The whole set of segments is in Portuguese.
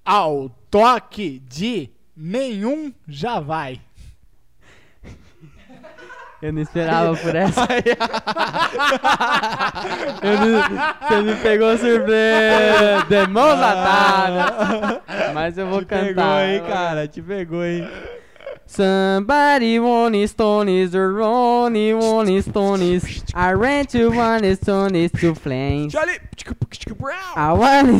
Ao toque de nenhum já vai. Eu não esperava por essa. Você me pegou surpresa. De mãos atadas. Mas eu vou Te cantar. pegou, hein, cara? Te pegou, hein? Somebody want stonies, or only want stonies. I ran to one stonies to flames. Charlie! I want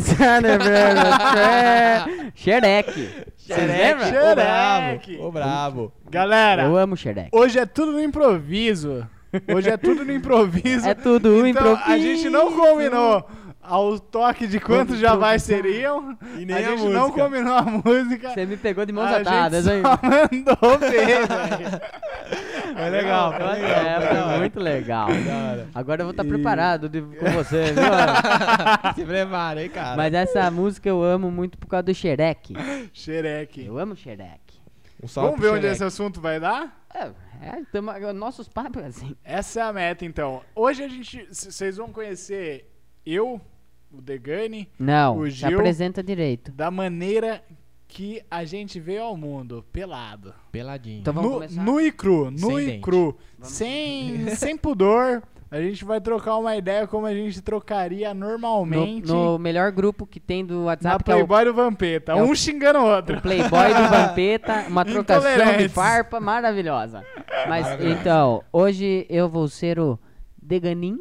to Xereque. Vocês lembram? Xereque. Ô brabo. Galera, Eu amo Xereque. hoje é tudo no improviso. É tudo tudo então, improviso. a gente não combinou ao toque de quantos já vai seriam. E nem A a gente música. não combinou a música. Você me pegou de mãos A atadas, gente hein? só mandou ver, velho. Foi legal, foi legal. Foi muito legal. Da hora. Agora eu vou estar preparado com você, viu? Se prepara, hein, cara. Mas essa música eu amo muito por causa do Xereque. Xereque. Eu amo Xereque. Um salve Vamos pro ver onde Xereque. esse assunto vai dar? Nossos papos assim. Essa é a meta, então. Hoje vocês vão conhecer eu, o Degani, Não, O se Gil- apresenta direito. da maneira que a gente veio ao mundo, pelado. Peladinho. Então vamos começar. Nu e cru, nu Sem e dente. cru. Sem pudor. A gente vai trocar uma ideia como a gente trocaria normalmente No melhor grupo que tem do na WhatsApp, que é o Playboy do Vampeta. é o- Um xingando o outro. Playboy do Vampeta, uma trocação de Intolerantes. farpa maravilhosa. Mas então, hoje eu vou ser o Deganin.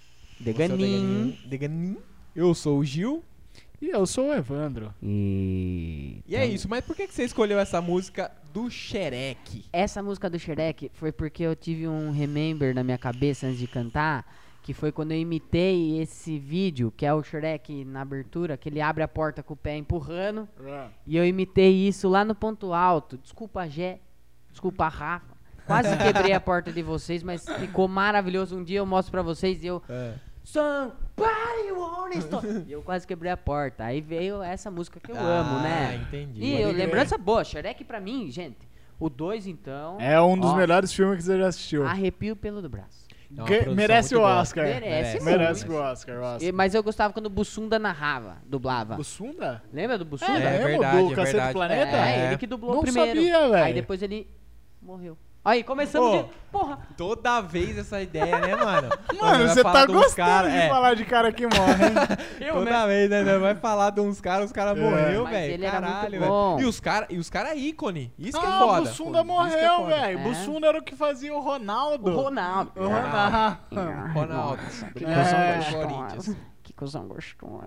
Deganin. Eu sou o Gil. E eu sou o Evandro. E É isso, mas por que você escolheu essa música do Xereque? essa música do Shrek foi porque eu tive um remember na minha cabeça antes de cantar, que foi quando eu imitei esse vídeo, que é o Shrek na abertura, que ele abre a porta com o pé empurrando, e eu imitei isso lá no ponto alto. Desculpa, Gé, desculpa, Rafa. Quase quebrei a porta de vocês, mas ficou maravilhoso. Um dia eu mostro pra vocês e eu... Somebody want stone. E eu quase quebrei a porta. Aí veio essa música que eu amo, né? Entendi. E eu, lembrança boa, Shrek pra mim, gente. O 2, então. É um dos ó, melhores filmes que você já assistiu. Arrepio pelo do braço. É uma produção Merece o muito boa. Oscar. Merece Merece muito. o Oscar. Mas eu gostava quando o Bussunda narrava, dublava. Bussunda? Lembra do Bussunda? É lembro verdade, do é Cacete verdade. do Planeta? É, ele que dublou Não primeiro. sabia, velho. Aí depois ele morreu. Aí, começamos Pô, de... Porra! Toda vez essa ideia, né, mano? Mano, você tá gostando de falar de cara que morre, hein? Toda vez, né? Vai falar de uns caras, os caras morreu, Mas velho. ele era muito Caralho, bom. velho. E os caras ícone. Isso que é Ah, foda. o Bussunda Isso que é morreu, foda. velho. É. Bussunda era o que fazia o Ronaldo. O Ronaldo. O Ronaldo. Ronaldo. Que É. cuzão É. gostoso. Corinthians. Que cuzão gostoso.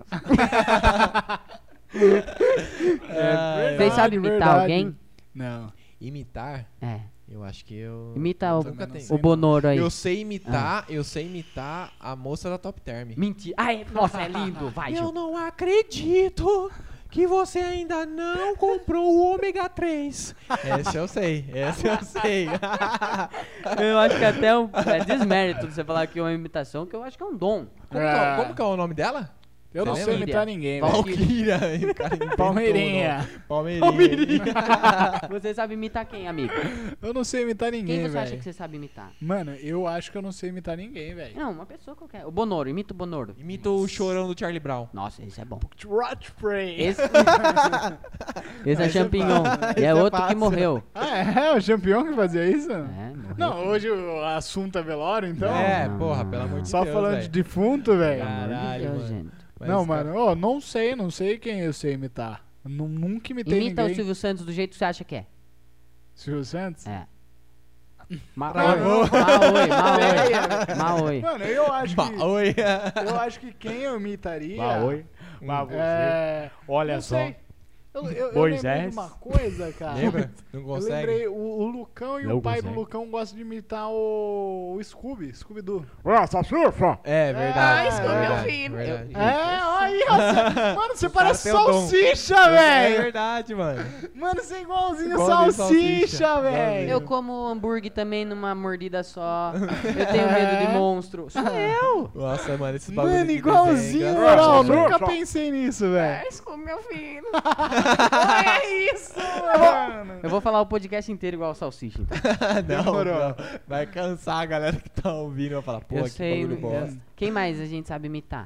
É Vocês sabem imitar verdade. alguém? Não. Imitar? É. Eu acho que eu... Imita o, Nunca tem. o Bonoro aí. Eu sei imitar a moça da Top Term. Mentira. Ai, nossa, é lindo. Vai, Eu Gil. não acredito que você ainda não comprou o ômega 3. Essa eu sei. Eu acho que até é desmérito você falar que é uma imitação, que eu acho que é um dom. Como que é o nome dela? Eu não sei Valkyria. imitar ninguém, velho. Valkyria. O cara inventou Palmeirinha. o nome. Palmeirinha. Você sabe imitar quem, amigo? Eu não sei imitar Quem ninguém, você acha velho. que você sabe imitar? Mano, eu acho que eu não sei imitar ninguém, velho. Não, uma pessoa qualquer. O Bonoro, imita o Bonoro. Imita o chorão do Charlie Brown. Nossa, esse é bom. Rot Spray. Esse é Esse champignon. fácil. E é Esse outro que fácil. morreu. Ah, é o campeão que fazia isso? É, morreu. Não, hoje o assunto é velório, então. Não. Porra, pelo amor de Só Deus, falando velho. de defunto, velho. Pelo amor de Caralho, Deus, mano. gente. Mas Não, os caras- mano, não sei quem eu sei imitar. Nunca imitei Imita ninguém. o Silvio Santos do jeito que você acha que é. Silvio Santos? É. Travou. Maoi. Mano, eu acho que. Oi. Eu acho que quem eu imitaria. Mas É. Olha não só. sei. Eu lembrei Moisés. de uma coisa, cara. Lembra? Não Eu consegue? lembrei, o Lucão e Não o pai consegue. do Lucão gostam de imitar o Scooby-Doo. Essa surfa! É verdade. Scooby, verdade, meu filho. verdade. É, aí, ó, mano, você parece caras têm o dom. salsicha, É velho. verdade, mano. Mano, você é igualzinho Igualzinho salsicha, salsicha. velho. Eu como hambúrguer também numa mordida só. Eu tenho medo de monstro. Sou eu. Nossa, mano, esses bagulho Mano, de igualzinho, desenho, moral. engraçado. Nunca pensei nisso, velho. Desculpa, meu filho. É isso, mano. Eu vou falar o podcast inteiro igual o salsicha. Então. Não, Demorou. não. Vai cansar a galera que tá ouvindo. Vai falar, pô, Eu que sei. bagulho bosta. Quem mais a gente sabe imitar?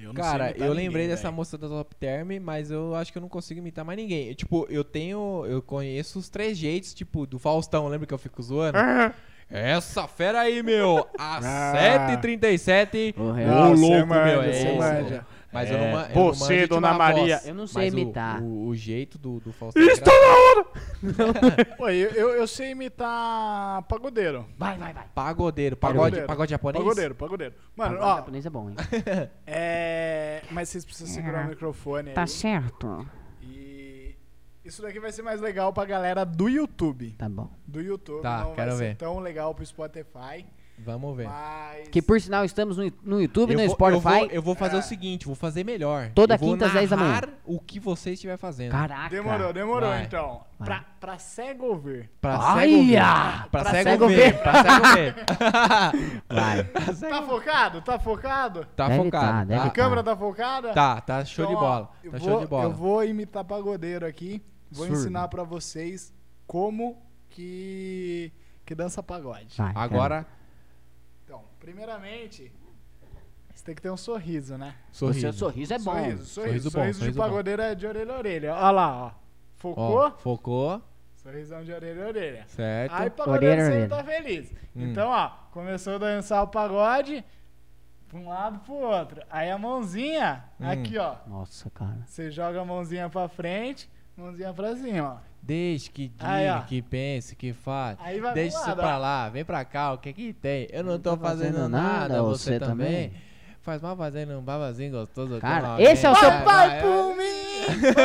Eu não Cara, sei imitar eu lembrei ninguém, dessa velho. moça da Top Term, mas eu acho que eu não consigo imitar mais ninguém. Tipo, eu conheço os trejeitos, tipo, do Faustão, lembra que eu fico zoando? Essa fera aí, meu, às 7h37, Ô, ô real. Você louco, manja, meu, você é manja. isso. Mas eu não, Você, manjo, tipo, Dona a Maria. voz. Eu não sei Mas imitar. O jeito do Faustão é engraçado. Oi, eu sei imitar pagodeiro. Vai. Pagodeiro, Pagodeiro. pagode japonês? Pagodeiro. Mano, Agora o ó, japonês é bom, hein? mas vocês precisam segurar o microfone Tá aí. certo. E isso daqui vai ser mais legal pra galera do YouTube. Tá bom. Do YouTube, Tá, não quero vai ser ver. tão legal pro Spotify. Vamos ver. Mas... Que por sinal estamos no YouTube, no Eu Spotify. vou fazer o seguinte, vou fazer melhor. Toda Eu vou quinta às 10 da manhã. narrar o que você estiver fazendo. Caraca. Demorou Vai. então. Vai. Pra cego ouvir. Pra Olha! cego ver. Pra Pra cego cego ver. ver. Pra cego ver. Vai. Tá focado? Tá focado? Tá Deve focado. tá, deve A tá? tá. câmera tá focada? Tá show de Então, ó, bola. eu Tá vou- show de bola. Eu vou imitar pagodeiro aqui. Vou Surdo. ensinar pra vocês como que dança pagode. Vai. Agora, Então, primeiramente, você tem que ter um sorriso, né? O sorriso. seu sorriso é bom. Sorriso bom, de sorriso bom. pagodeiro é de orelha a orelha. Olha lá, ó. Focou? Ó, focou. Sorrisão de orelha a orelha. Certo. Aí o pagodeiro Orelha a sempre orelha. tá feliz. Hum. Então, ó, começou a dançar o pagode pra um lado pro outro. Aí a mãozinha, aqui, ó. Nossa, cara. Você joga a mãozinha pra frente, mãozinha pra cima, ó. Deixe que diga, Aí, ó. que pense, que fale. Aí vai Deixa pro isso lado, pra ó. lá, vem pra cá, o que que tem? Eu não tô tô fazendo fazendo nada, nada, você você também. também. Faz mal fazendo um babazinho gostoso. Cara, como esse é o alguém. seu- Vai por mim!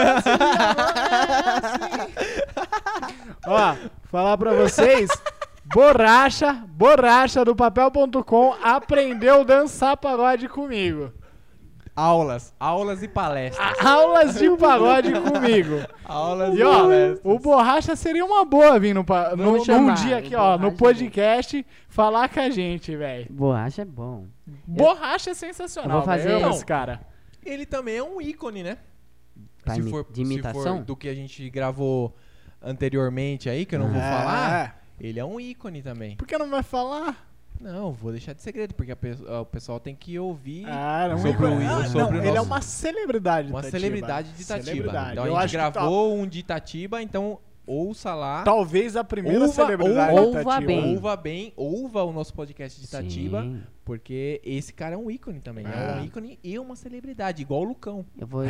Ó, falar pra vocês, Borracha do papel.com aprendeu a dançar pagode comigo. Aulas e palestras. Aulas de pagode comigo. Aulas E ó, o Borracha seria uma boa vir num chamar, dia aqui, o ó, no Borracha é podcast, falar com a gente, velho. Borracha é bom. Borracha é sensacional, Eu vou fazer- velho. Eu amo Não. esse cara. Ele também é um ícone, né? De imitação? do que a gente gravou anteriormente aí, que eu não vou falar, É. ele é um ícone também. Por que não vai falar? Não, vou deixar de segredo, porque o pessoal tem que ouvir Ah, não, sobre o não, sobre o ele é nosso- uma celebridade uma Itatiba. celebridade de Itatiba. Celebridade. Então Eu a acho gente que gravou um de Itatiba, então ouça lá. talvez a primeira Ouva- celebridade de ouva Itatiba. bem. Ouva o nosso podcast de Itatiba, Sim. porque esse cara é um ícone também. É É. um ícone e uma celebridade, igual o Lucão. Eu vou,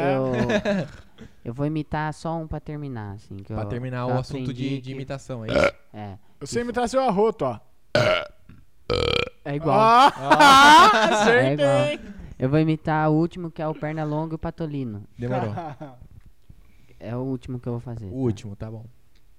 eu vou imitar só um pra terminar, assim. Que Pra eu, terminar que o eu assunto aprendi de que- imitação, é isso? É. Eu sei imitar seu arroto, ó. É igual. Ah, É igual. acertei. Eu vou imitar o último, que é o Pernalonga e o Patolino. Demorou. É o último que eu vou fazer. O último, tá bom.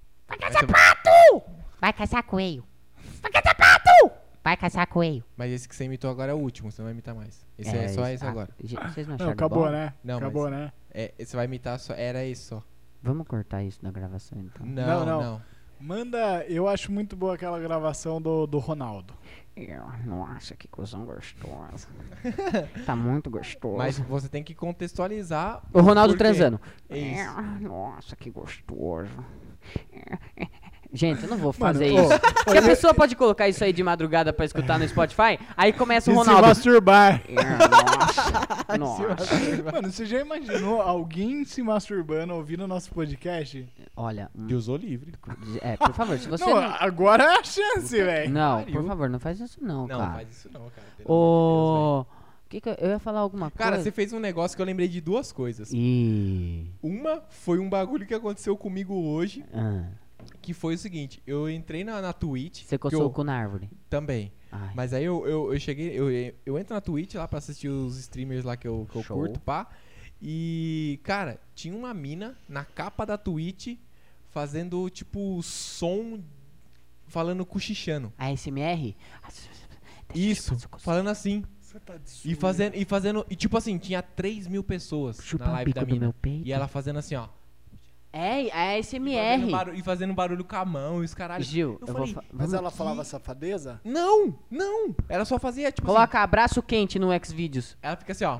Vai caçar coelho. Vai caçar pato! Vai caçar coelho. Mas esse que você imitou agora é o último, você não vai imitar mais. Esse É, é só esse- esse ah, agora. Vocês não Não, acharam acabou, bom? né? Não, acabou, mas- né? É, você vai imitar só. Era isso só. Vamos cortar isso da gravação, então. Não, Não. não. Manda, eu acho muito boa aquela gravação do Ronaldo. Nossa, que cuzão gostoso. Tá muito gostoso. Mas você tem que contextualizar. O Ronaldo por quê. transando. Isso. Nossa, que gostoso. Gente, eu não vou Mano, fazer ô, isso. Porque a pessoa pode colocar isso aí de madrugada pra escutar no Spotify, aí começa o E se Ronaldo. masturbar. Nossa, nossa. Mano, você já imaginou alguém se masturbando ouvindo nosso podcast? Olha, Deus o livre. por favor, se você não, não... agora é a chance, velho. Não, pariu. por favor, não faz isso não, Não, cara. faz isso não, cara. Pelo amor de Deus, O... eu ia falar alguma velho. Cara, coisa? você fez um negócio que eu lembrei de duas coisas. Ih... Uma foi um bagulho que aconteceu comigo hoje, Ah, que foi o seguinte. Eu entrei na Twitch. você que coçou eu- o cu na árvore. Também. Ai. Mas aí eu cheguei, eu entro na Twitch lá pra assistir os streamers lá que eu Show. curto, pá. E, cara, tinha uma mina na capa da Twitch fazendo, tipo, som, falando cochichando. ASMR? Isso, falando assim. Você tá de E fazendo, e tipo assim, tinha 3.000 pessoas Chupa na o live pico da do mina. meu peito. E ela fazendo assim, ó. É, a E fazendo, ASMR. e fazendo barulho com a mão e os caralho. Gil, Eu eu falei, vou... Mas vamos- ela falava safadeza? Não, não. Ela só fazia, tipo Coloca abraço quente no Xvideos. ela fica assim, ó.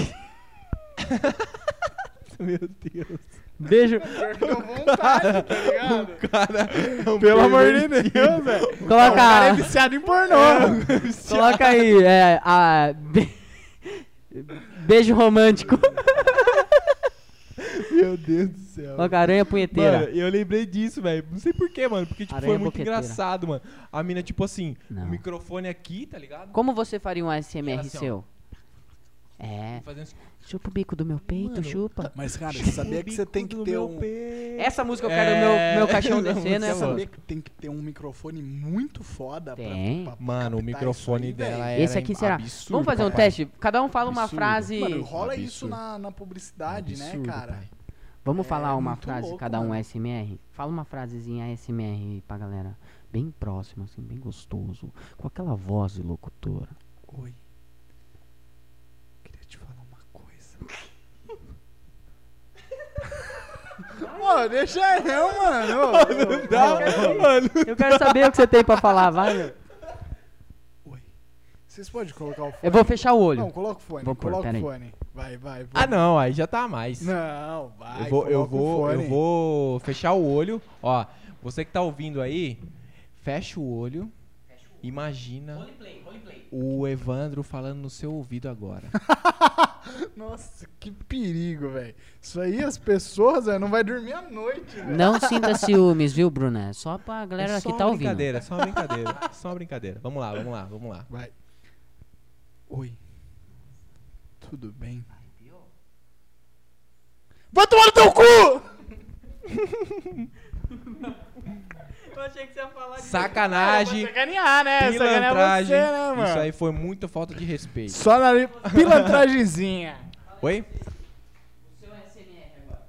Meu Deus. Beijo. Deu vontade, tá ligado? Cara, é um Pelo amor de pervertido. Deus, velho. O Coloca, cara é viciado em pornô. coloca aí, Beijo romântico. Meu Deus do céu. Ó, aranha punheteira. Mano, eu lembrei disso, velho. Não sei porquê, mano. Porque, tipo, Aranha foi muito boqueteira. engraçado, mano. A mina, tipo assim, Não. o microfone aqui, tá ligado? Como você faria um ASMR Ela assim, ó. seu? É. Fazendo assim. Chupa o bico do meu peito, Mano, chupa. Mas, cara, você sabia que você tem que ter um... Essa música eu quero meu caixão descendo. Você Essa sabia que tem que ter um microfone muito foda Tem. Mano, o captar microfone isso aí, dela velho? é Esse aqui será. absurdo, Vamos fazer um papai. teste? Cada um fala uma Absurdo. frase. Mano, rola Absurdo. isso na publicidade, né, Absurdo, cara? pai. Vamos falar uma muito frase, louco, cada um mano. ASMR? Fala uma frasezinha ASMR pra galera. Bem próximo, assim, bem gostoso. Com aquela voz de locutor. Oi. Queria te falar uma coisa. Pô, deixa eu, mano. Não dá, mano. Eu quero saber o que você tem pra falar, vai, meu. Oi. Vocês podem colocar o fone? Eu vou fechar o olho. Não, coloca o fone. Vou pôr, Coloca pera o aí. fone. Vai. Ah, não, aí já tá a mais. Não, vai. eu coloca o fone. vou fechar o olho. Ó, você que tá ouvindo aí, fecha o olho. Imagina o Evandro falando no seu ouvido agora. Nossa, que perigo, velho. Isso aí as pessoas, velho, não vai dormir à noite, velho. Não sinta ciúmes, viu, Bruna? É só pra galera É só que tá uma ouvindo. brincadeira, só uma brincadeira. Só uma brincadeira. Vamos lá. Vai. Oi. Tudo bem? Vai tomar no teu cu! Eu achei que você ia falar Sacanagem, Sacanear, né? Sacanear pilantragem. você, né, mano? Isso aí foi muita falta de respeito. Só na pilantragemzinha. Oi? O seu SMR agora.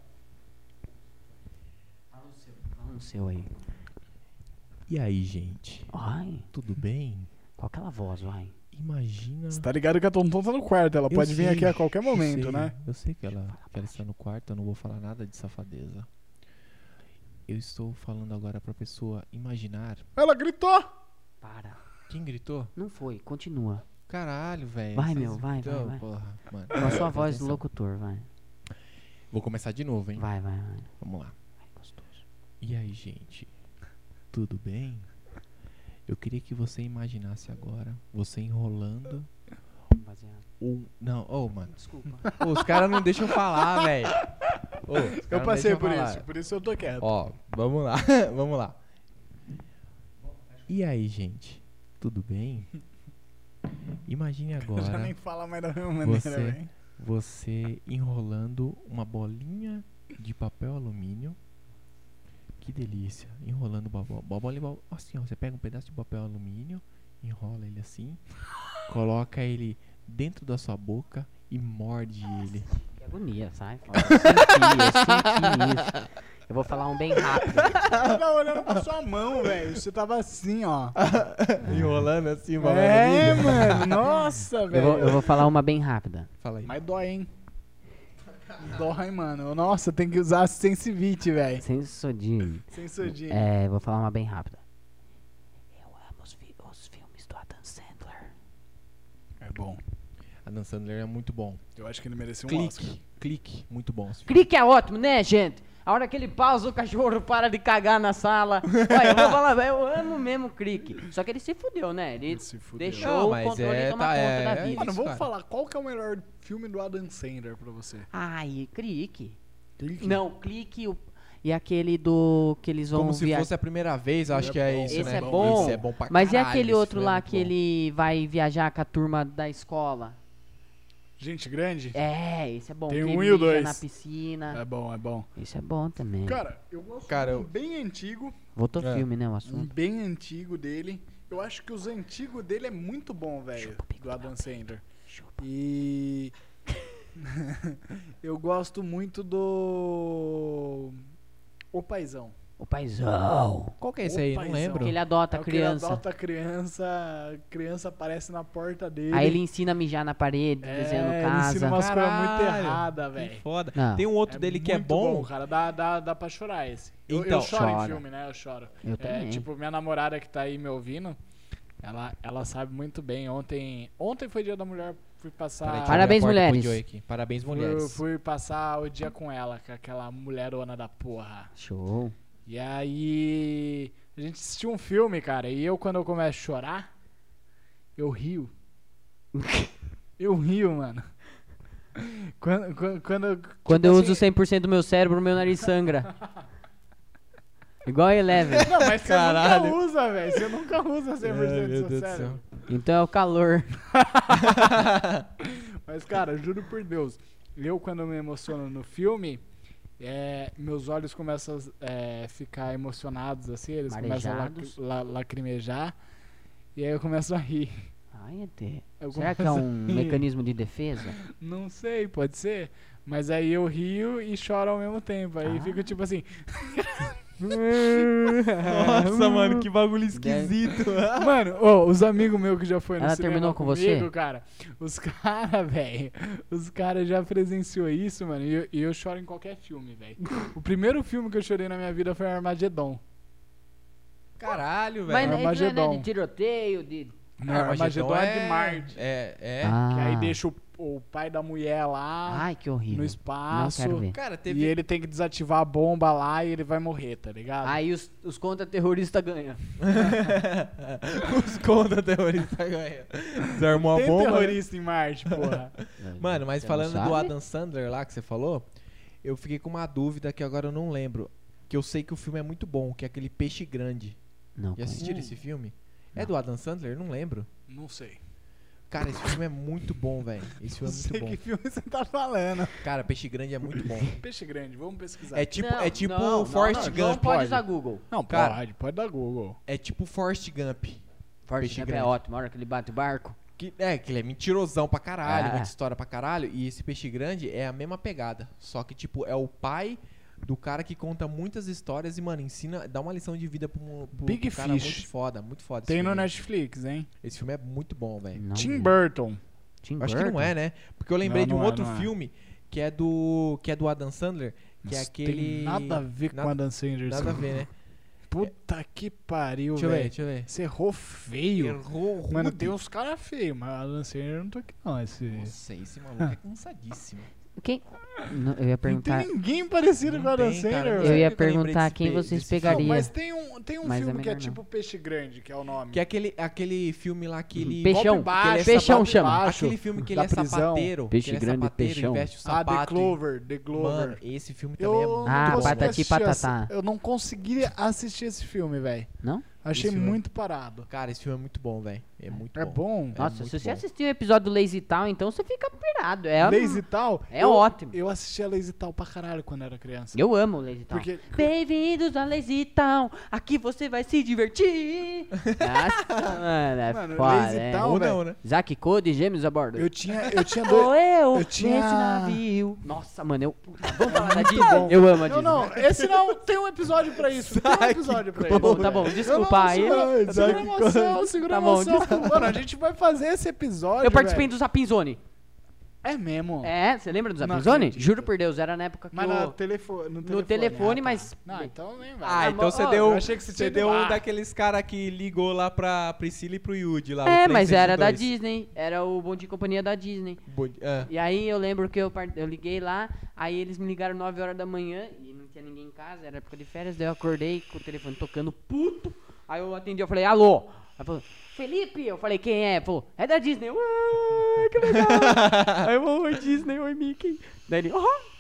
Fala no seu aí. E aí, gente? Ai, Tudo bem? com aquela voz, vai. Imagina. Você tá ligado que a Tonton tá no quarto, ela Eu pode vir sei, aqui a qualquer eu momento, sei, né? Eu sei que ela está no quarto, eu não vou falar nada de safadeza. Eu estou falando agora pra pessoa imaginar. Ela gritou! Para. Quem gritou? Não foi, continua. Caralho, velho. Vai, vocês- meu, vai. Porra, mano. Com a sua Presta voz de atenção. locutor, vai. Vou começar de novo, hein? Vai. Vamos lá. Vai, gostoso. E aí, gente? Tudo bem? Eu queria que você imaginasse agora você enrolando Baseado. Não, mano. Desculpa. Ô, os caras não deixam falar, velho. Ô, os caras Eu não passei deixam por falar. isso, por isso eu tô quieto. Ó, vamos lá, vamos lá. E aí, gente? Tudo bem? Imagine Já agora nem fala mais da mesma maneira, você, velho. você enrolando uma bolinha de papel alumínio. Que delícia. Enrolando assim, ó. Você pega um pedaço de papel alumínio, enrola ele assim, coloca ele dentro da sua boca e morde ele. Que agonia, sai. Fala. Eu senti isso. Eu vou falar um bem rápido. Você tá olhando pra sua mão, velho. Você tava assim, ó. Enrolando assim, papel É, alumínio. mano. Nossa, Eu velho. vou falar uma bem rápida. Fala aí. Mas dói, hein? Dói, mano. Nossa, tem que usar Sensivite, velho. Sem sodinho. Sensodinho. Vou falar uma bem rápida. Eu amo os filmes do Adam Sandler. É bom. A Dan Sandler é muito bom. Eu acho que ele merecia um Oscar. Clique, muito bom. esse filme. Clique é ótimo, né, gente? A hora que ele pausa, o cachorro para de cagar na sala. Olha, eu vou falar, velho, eu amo mesmo o Clique. Só que ele se fudeu, né? Ele Se fudeu. deixou Não, o mas controle tomar conta da vida. Mano, isso, vamos cara. falar. Qual que é o melhor filme do Adam Sandler pra você? Ai, Clique. Clique? Não, Clique e aquele do que eles vão Como se viajar. fosse a primeira vez, acho que é isso, Esse né? é bom. Esse é bom pra Mas e caralho, aquele esse outro filme é lá muito que bom. ele vai viajar com a turma da escola? Gente grande? Esse é bom. Tem que um ele e o mija dois. na piscina. É bom, é bom. Esse é bom também. Cara, eu gosto Cara, de um eu- bem antigo. Voltou É. filme, né, o Um assunto. bem antigo dele. Eu acho que os antigos dele é muito bom, velho. Chupa o bico Do do Adam meu Sandler. Chupa. E. Eu gosto muito do. O Paizão. O paizão. Qual que é esse aí? O Não paizão. lembro. Que ele adota É a o que ele criança. adota a criança aparece na porta dele. Aí ele ensina a mijar na parede, desenhando ele casa. ensina umas coisas muito Caralho, erradas, Que velho. foda. Não. Tem um outro dele que é muito bom. cara. Dá pra chorar esse. Eu Então, choro chora. em filme, né? Eu choro. Eu também. Tipo, minha namorada que tá aí me ouvindo, ela sabe muito bem. Ontem foi dia da mulher, fui passar. Peraí, deixa eu Parabéns, abrir a porta pro mulheres. Joey aqui. Parabéns, fui, mulheres. fui passar o dia com ela, com aquela mulherona da porra. Show. E aí a gente assistiu um filme, cara, e quando eu começo a chorar, eu rio. Eu rio, mano. Quando eu tipo uso assim, 100% do meu cérebro, meu nariz sangra. Igual a Eleven. Não, mas você Caralho. nunca usa, velho. Você nunca usa 100% do seu cérebro. Então é o calor. Mas, cara, juro por Deus, eu quando me emociono no filme, meus olhos começam a ficar emocionados, assim, eles começam a Marejados. lacrimejar, e aí eu começo a rir. Ai, até. Eu Será que é começo um a rir. mecanismo de defesa? Não sei, pode ser, mas aí eu rio e choro ao mesmo tempo, aí fico tipo assim... Nossa, mano, que bagulho esquisito. Mano, ô, os amigos meus que já foram no Ela cinema terminou com comigo, você? cara, os caras, velho, os caras já presenciou isso, mano, e eu choro em qualquer filme, velho. O primeiro filme que eu chorei na minha vida foi Armagedon. Caralho, Mas velho. não é Armagedon. de tiroteio, de... Não, Armagedon é de Marte. É. Que aí Ah. deixa o pai da mulher lá Ai, que horrível. no espaço. Não quero ver. Cara, E teve... ele tem que desativar a bomba lá e ele vai morrer, tá ligado? Aí os contra-terroristas ganham. Os contra-terroristas ganham. Desarmou a Tem bomba. né? terrorista em Marte, porra. Mano, mas Você falando não do sabe? Adam Sandler lá que você falou, eu fiquei com uma dúvida que agora eu não lembro. Que eu sei que o filme é muito bom, que é aquele Peixe Grande. Não. Já assistiram esse filme? É Não. do Adam Sandler? Não lembro. Não sei. Cara, esse filme é muito bom, velho. Esse Não filme é sei muito que bom. filme você tá falando. Cara, Peixe Grande é muito bom. Peixe grande, vamos pesquisar. É tipo, não, Forrest não, Gump. Não pode pode. usar Google. Não, Cara. pode dar Google. É tipo Forrest Gump. Forrest Peixe Gump é grande. ótimo. A hora que ele bate o barco. Que ele é mentirosão pra caralho, É. muita história pra caralho. E esse Peixe Grande é a mesma pegada. Só que, tipo, é o pai do cara que conta muitas histórias e, mano, ensina, dá uma lição de vida pro Big cara Fish. muito foda, muito foda. Tem esse no filme. Netflix, hein? Esse filme é muito bom, velho. Não Tim vi. Burton. Tim Acho que não é, né? Porque eu lembrei Não, de um não é, outro não é. filme que é do Adam Sandler, que é Nossa, aquele... Tem nada a ver com nada- Adam Sandler. Nada a ver, né? Puta que pariu, Deixa eu ver, velho. deixa eu ver. Você errou feio. Errou Mano, rude. tem uns caras feios, mas Adam Sandler eu não tô aqui não. Nossa, esse maluco é cansadíssimo. Quem? Não, eu ia Não perguntar. tem ninguém parecido Não com Adam tem, cara, Sandler, não Eu sei velho. ia porque eu lembrei perguntar desse quem pe- vocês desse filme. pegariam. Não, mas tem um Mas é filme que é melhor tipo Peixe Grande, que é o nome. Que é aquele filme lá que ele... Peixão. Golpe baixo, que ele é Peixão sapato chama. baixo, Aquele filme que ele da é prisão. sapateiro. Peixe que ele é grande, sapateiro, peixão. veste o Ah, sapato. The Clover, The Clover. Mano, esse filme também é Eu muito Ah, não bom. consegui Patati assistir Patatá. Eu não consegui assistir esse filme, velho. Não? Achei Esse filme- muito parado. Cara, esse filme é muito bom, velho. É muito É bom. bom. Nossa, muito se você bom. assistiu o episódio do Lazy Town, então você fica pirado. É, Lazy Tal. é ótimo. Eu assistia Lazy Tal pra caralho quando era criança. Eu amo o Lazy Town. Porque Bem-vindos a Lazy Town, aqui você vai se divertir. Nossa, mano, é Mano, foda, Lazy é. Town, Ou velho. não, né? Zack Code, gêmeos a bordo. eu tinha dois. Sou eu, eu tinha- nesse navio. Nossa, mano, eu... Vamos falar da muito Disney? bom. Eu amo a Não, Disney. não, esse não. Tem um episódio pra isso. Tem um episódio pra Tá isso. bom, tá bom, velho. desculpa Eu aí. não, segura a emoção, segura Tá a bom, emoção. desculpa. Mano, a gente vai fazer esse episódio. Eu participei velho. do Zapinzone. É mesmo? É, você lembra do Não Zapinzone? acredito. Juro por Deus, era na época que Mas eu... no telefone. No telefone, tá. mas- Não, então nem vai. Ah, então você ó, deu, eu achei que você tinha deu ido um lá. daqueles caras que ligou lá pra Priscila e pro Yudi lá. É, no mas era da PlayStation 2. Disney. Era o Bom Dia e Companhia da Disney. Ah. E aí eu lembro que eu liguei lá, aí eles me ligaram 9 horas da manhã e não tinha ninguém em casa, era época de férias, daí eu acordei com o telefone tocando puto. Aí eu atendi, eu falei, alô? Aí falou, Felipe, eu falei, quem é? Falou, é da Disney. Eu, que legal. Aí eu, oi Disney, oi Mickey. Daí ele,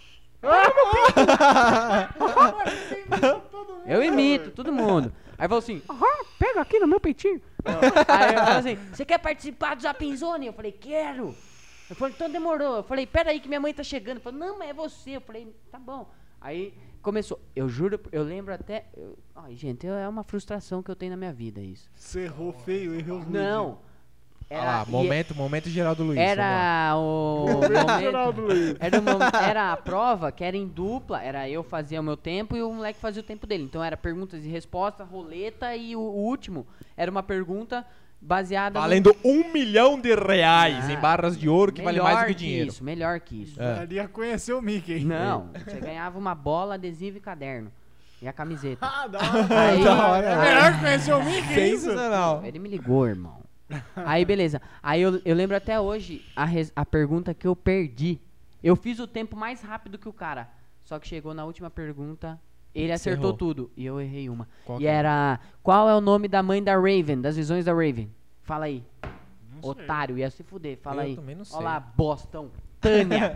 eu imito todo mundo. Aí falou assim, pega aqui no meu peitinho. Aí eu falei assim, você quer participar do Zapinzone? Eu falei, quero. Eu falei, então demorou. Eu falei, pera aí que minha mãe tá chegando. Ele falou, não, mas é você. Eu falei, tá bom. Aí começou, eu juro, eu lembro até... Ai, gente, é uma frustração que eu tenho na minha vida isso. Você errou feio, errou ruim. Não. Olha lá, momento Geraldo Luiz. Era o Geraldo momento, Luiz. era a prova que era em dupla, era eu fazia o meu tempo e o moleque fazia o tempo dele. Então era perguntas e respostas, roleta e o último era uma pergunta baseada Valendo R$1 milhão em barras de ouro, que vale melhor mais do que dinheiro. Isso, melhor que isso. É. Ali ia conhecer o Mickey. Não, você ganhava uma bola, adesivo e caderno. E a camiseta. Ah, da hora. Aí, Da hora. É melhor conhecer o Mickey, isso? Sensacional. ele me ligou, irmão. Aí, beleza. Aí eu lembro até hoje a pergunta que eu perdi. Eu fiz o tempo mais rápido que o cara. Só que chegou na última pergunta, ele Você acertou errou. tudo. E eu errei uma. Qual E que é? era, qual é o nome da mãe da Raven, das visões da Raven? Fala aí. Não sei. Otário, ia se fuder. Fala Eu aí. também não sei. Olha lá, bostão. Tânia.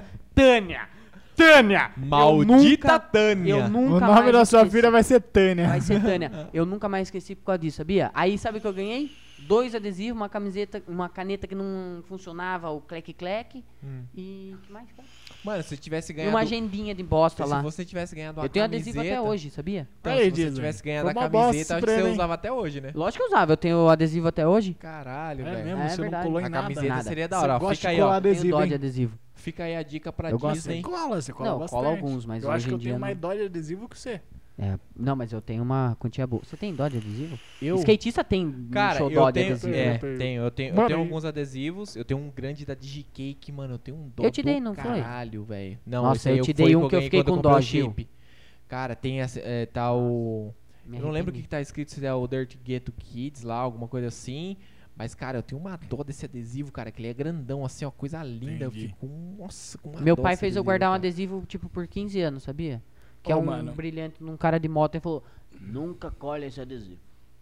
Tânia! Maldita Tânia. Eu O nunca nome mais da sua esqueci. filha vai ser Tânia. Vai ser Tânia. Eu nunca mais esqueci por causa disso, sabia? Aí sabe o que eu ganhei? 2 adesivos, uma camiseta, uma caneta que não funcionava, o clec-clec. E que mais, cara? Mano, se tivesse E ganhado... uma agendinha de bosta se lá. você tivesse ganhado uma Eu tenho camiseta... adesivo até hoje, sabia? Então, Aí, se você Disney, tivesse ganhado foi a uma bosta camiseta, esse acho que você treino, hein? usava até hoje, né? Lógico que eu usava, eu tenho adesivo até hoje. Caralho, É velho. mesmo, É você verdade. não colou em A nada. camiseta Nada. seria da Você hora. Ó, gosta fica de aí, colar ó. adesivo, Tenho dó hein? de adesivo. Fica aí a dica pra Eu gosto. Disney. Você cola, você cola Não, bastante. cola alguns, mas eu acho hoje que em eu dia tenho não. mais dó de adesivo que você. É, não, mas eu tenho uma quantia boa. Você tem dó de adesivo? Eu... Skatista tem Cara, show dó eu de tenho, adesivo. eu tenho Mano, e- alguns adesivos. Eu tenho um grande da DigiCake, mano. Eu tenho um dó Eu te do dei, não foi? caralho, velho. Não, Nossa, esse aí eu te foi dei um que eu ganhei fiquei quando com comprei dó, o Gil. chip. Cara, tem essa, tá o... Me Eu não lembro o arrependi. que tá escrito, se é o Dirty Ghetto Kids lá, alguma coisa assim. Mas, cara, eu tenho uma dó desse adesivo, cara, que ele é grandão, assim, ó, coisa linda. Eu Entendi. fico, nossa, com uma Meu dó pai desse fez eu guardar um cara. adesivo, tipo, por 15 anos, sabia? Que é Ô, um mano. brilhante num cara de moto e falou: nunca colhe esse adesivo.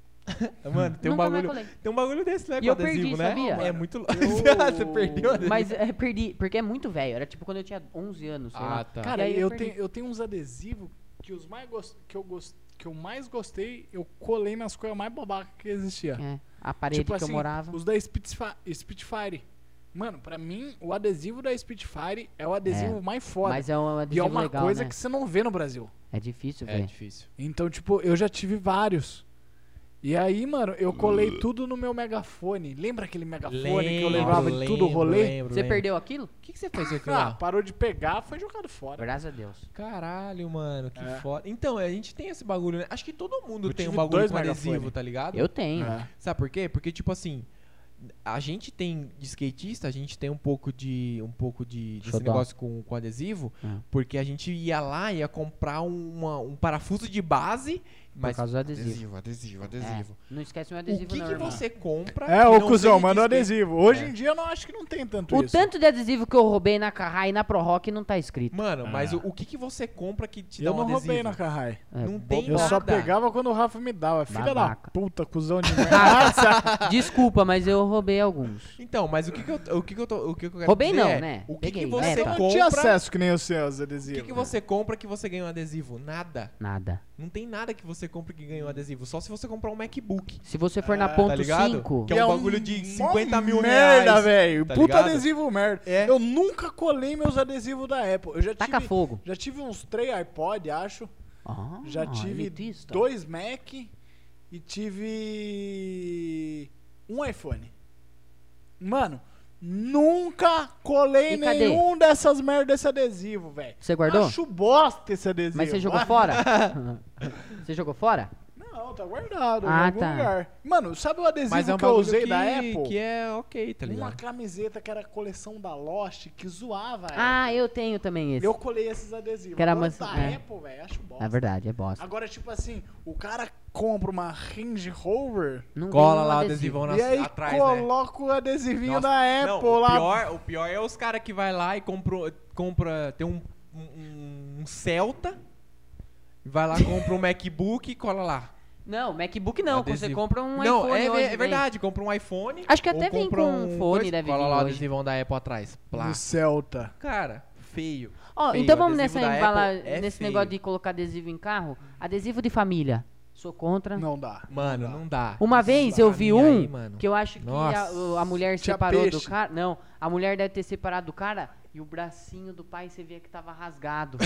Mano, tem um Nunca mais bagulho... colei. Tem um bagulho desse, né, E com eu adesivo, perdi, né? sabia? É muito louco. Eu- Você perdeu o adesivo? Mas perdi, porque é muito velho. Era tipo quando eu tinha 11 anos, sei lá. tá. Cara, E aí eu eu perdi. tenho uns adesivos que os mais que eu mais gostei, eu colei nas coisas mais babacas que existia. É, a parede Tipo que eu assim, morava. os da Spitfire. Mano, pra mim, o adesivo da Spitfire é o adesivo mais foda. Mas é um E é adesivo uma legal, coisa né? que você não vê no Brasil. É difícil, É velho. difícil. Então, tipo, eu já tive vários. E aí, mano, eu colei tudo no meu megafone. Lembra aquele megafone que eu levava em tudo o rolê? Você perdeu aquilo? O que você fez com aquilo Ah, lá? parou de pegar, foi jogado fora. Graças a Deus. Caralho, mano, que É. foda. Então, a gente tem esse bagulho, né? Acho que todo mundo Eu tem um tive bagulho dois com adesivo, megafone. tá ligado? Eu tenho. É. Sabe por quê? Porque, tipo assim, a gente tem de skatista, a gente tem um pouco de desse Xodó. negócio com adesivo, É. porque a gente ia lá, ia comprar um parafuso de base, mas causa do adesivo. adesivo. É, não esquece um O adesivo que não, que irmão. você compra? É, que ô não cuzão, seja de manda o skate? adesivo. Hoje É. em dia eu não acho que não tem tanto O isso. tanto de adesivo que eu roubei na Carrai e na Pro Rock não tá escrito. Mano, mas o que que você compra que te dá Eu um não adesivo? roubei na Carrai. É, Não tem Eu só nada. pegava quando o Rafa me dava. Filha Babaca. da puta, cuzão de merda. Nossa. Desculpa, mas eu roubei alguns. Então, mas o que que eu quero Roubei dizer não, é, né? O que Peguei, que você né, Eu tá? não tinha compra? acesso que nem os seus O adesivos. que que você compra que você ganha um adesivo? Nada. Nada. Não tem nada que você compre que ganha um adesivo. Só se você comprar um MacBook. Se você for na Tá ponto ligado? 5, Que é um bagulho de 50 mil merda, reais, velho. tá Puta ligado? adesivo merda. É. Eu nunca colei meus adesivos da Apple. Eu já taca tive, fogo. já tive uns 3 iPod, acho. Ah, Já tive elitista. 2 Mac e tive um iPhone. Mano, nunca colei E cadê? nenhum dessas merdas desse adesivo, velho. Você guardou? Acho bosta esse adesivo. Mas você jogou fora? Você jogou fora? Não, tá guardado Ah, em algum tá. lugar. Mano, sabe o adesivo Mas é um que eu bagulho usei da Apple? que é ok, tá Uma ligado? camiseta que era a coleção da Lost, que zoava a Ah, eu tenho também esse. Eu colei esses adesivos. Que era Agora, maçã- da é. Apple, velho, acho bosta. É verdade, é bosta. Agora, tipo assim, o cara compra uma Range Rover Não Cola ganhou lá o adesivo. adesivão e aí atrás, né? coloca o adesivinho Nossa, da não, Apple o lá. o pior é os caras que vai lá e compra tem um Celta, vai lá, compra um MacBook e cola lá. Não, MacBook não. Adesivo. Você compra um Não, iPhone hoje, é vem. verdade, compra um iPhone. Acho que ou até vem compra com um fone, deve cola vir lá o hoje. adesivão da Apple atrás. Plá. No Celta. Cara, feio. Ó, Feio, então vamos adesivo nessa da embala- Apple é nesse feio. negócio de colocar adesivo em carro. Adesivo de família. Sou contra. Não dá. Mano, não dá. Uma vez eu vi E um aí, mano? que eu acho que Nossa. a mulher Tinha separou do peixe. cara. Não, a mulher deve ter separado do cara e o bracinho do pai você via que tava rasgado.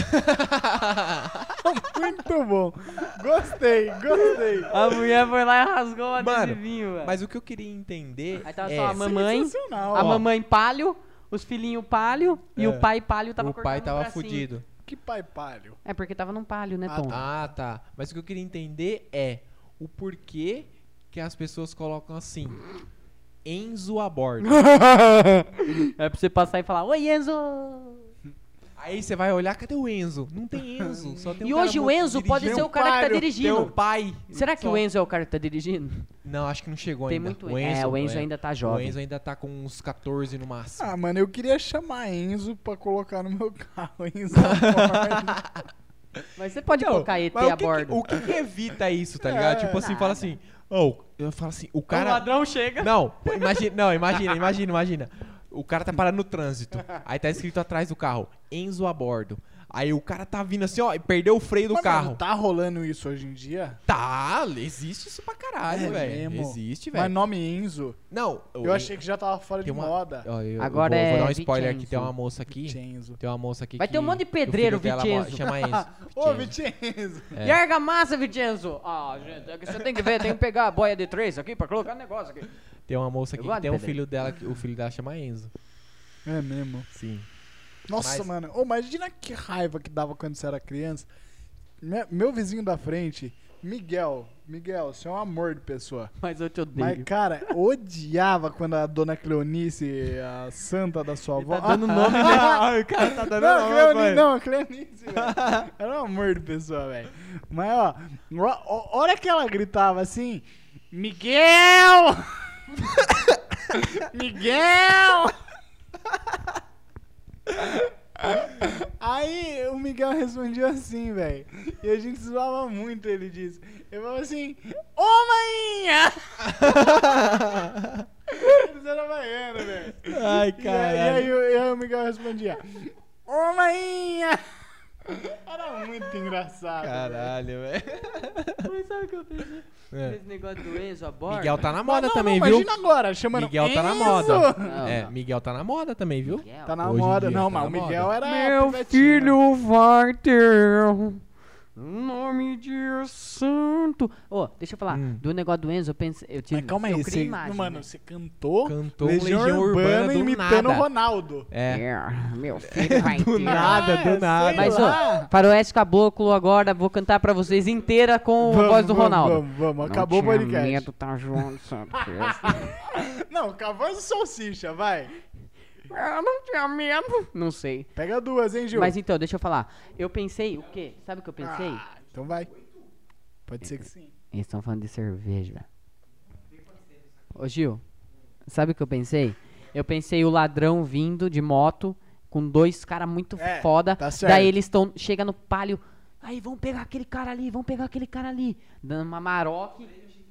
Muito bom. Gostei. A mulher foi lá e rasgou o Mano, adesivinho, velho. Mas o que eu queria entender Aí tava é... só a mamãe, Sensacional. a Ó, mamãe palho, os filhinhos palho e É. o pai palho tava o cortando pai tava bracinho. fudido. Que pai palho. É porque tava num palho, né, Ah, Tom? Ah, tá. Mas o que eu queria entender é o porquê que as pessoas colocam assim, Enzo a bordo. É pra você passar e falar, oi Enzo! Aí você vai olhar, cadê o Enzo? Não tem Enzo, só tem um E cara hoje o muito Enzo pode dirigindo. ser o cara que tá palho, Tem dirigindo. o pai. Será que Só. o Enzo é o cara que tá dirigindo? Não, acho que não chegou Tem ainda. muito o Enzo ainda tá O jovem. Enzo ainda tá com uns 14 no máximo. Ah, mano, eu queria chamar Enzo pra colocar no meu carro. Enzo a bordo. Mas você pode Não, colocar ET mas a bordo. O que evita isso, tá ligado? É, Tipo assim, nada. fala assim, eu falo assim, o O cara... ladrão chega. Não, imagina. O cara tá parando no trânsito. Aí tá escrito atrás do carro, Enzo a bordo. Aí o cara tá vindo assim, ó, e perdeu o freio do Mas, carro. mano, tá rolando isso hoje em dia? Tá, existe isso pra caralho, É velho. mesmo? Existe, Mas velho. nome Enzo, Não, eu achei que já tava fora de tem uma- moda. Ó, Agora vou dar um é spoiler aqui, Vicenzo. tem uma moça aqui. Vicenzo. Tem uma moça aqui Vai que ter um monte de o pedreiro, filho dela Vicenzo. chama Enzo. Ô, Vicenzo. Vicenzo. É. E argamassa, Vicenzo! Ah, gente, é que você tem que ver, tem que pegar a boia de 3 aqui pra colocar um negócio aqui. Tem uma moça aqui Eu gosto que tem de um filho dela, o filho dela chama Enzo. É mesmo. Sim. Nossa, Mas- mano. Ô, imagina que raiva que dava quando você era criança. Meu vizinho da frente, Miguel. Miguel, você é um amor de pessoa. Mas eu te odeio. Mas, cara, odiava quando a dona Cleonice, a santa da sua avó. tá dando nome, né? o cara tá dando Não, Cleonice, não, Cleonice, velho. Era um amor de pessoa, velho. Mas, ó, a hora que ela gritava assim, Miguel! Miguel! Aí o Miguel respondia assim, velho. E a gente zoava muito, ele disse. Eu falava assim, ô mainha! Eles eram baianos, velho. Ai, E aí o Miguel respondia, ô mainha! Era muito engraçado. velho. Caralho, velho. Mas sabe o que eu pensei? É. Esse negócio do Enzo a bordo. Miguel tá na Não, moda não, também, não, viu? Imagina agora, chamando Miguel tá na Enzo. moda. Não, É, não. Miguel tá na moda também, viu? Miguel? Tá na Hoje em moda, dia não, tá mas o na Miguel moda. era Meu pivetinho. filho vai ter um nome de santo. Ô, deixa eu falar. Do negócio do Enzo, eu pensei. Eu tive, Mas calma aí, eu criei você, imagem, mano, né? você cantou, Cantou Legião Urbana do imitando o nada. Ronaldo. É. Meu filho vai Do ter. nada, do sei nada. Mas, lá. ó, Faroeste Caboclo agora, vou cantar pra vocês inteira com a voz do Ronaldo. Vamos, acabou o podcast. Medo, tá João do Santo Não, com a voz do Salsicha, vai. Eu não tinha medo. Não sei. Pega duas, hein, Gil? Mas então, deixa eu falar. Eu pensei, o quê? Sabe o que eu pensei? Ah, então vai. Pode ser que sim. Eles estão falando de cerveja. Ô Gil, sabe o que eu pensei? Eu pensei o ladrão vindo de moto com dois caras muito É, foda. tá certo. Daí eles estão. Chega no palio. Aí, vamos pegar aquele cara ali, vamos pegar aquele cara ali. Dando uma maroque.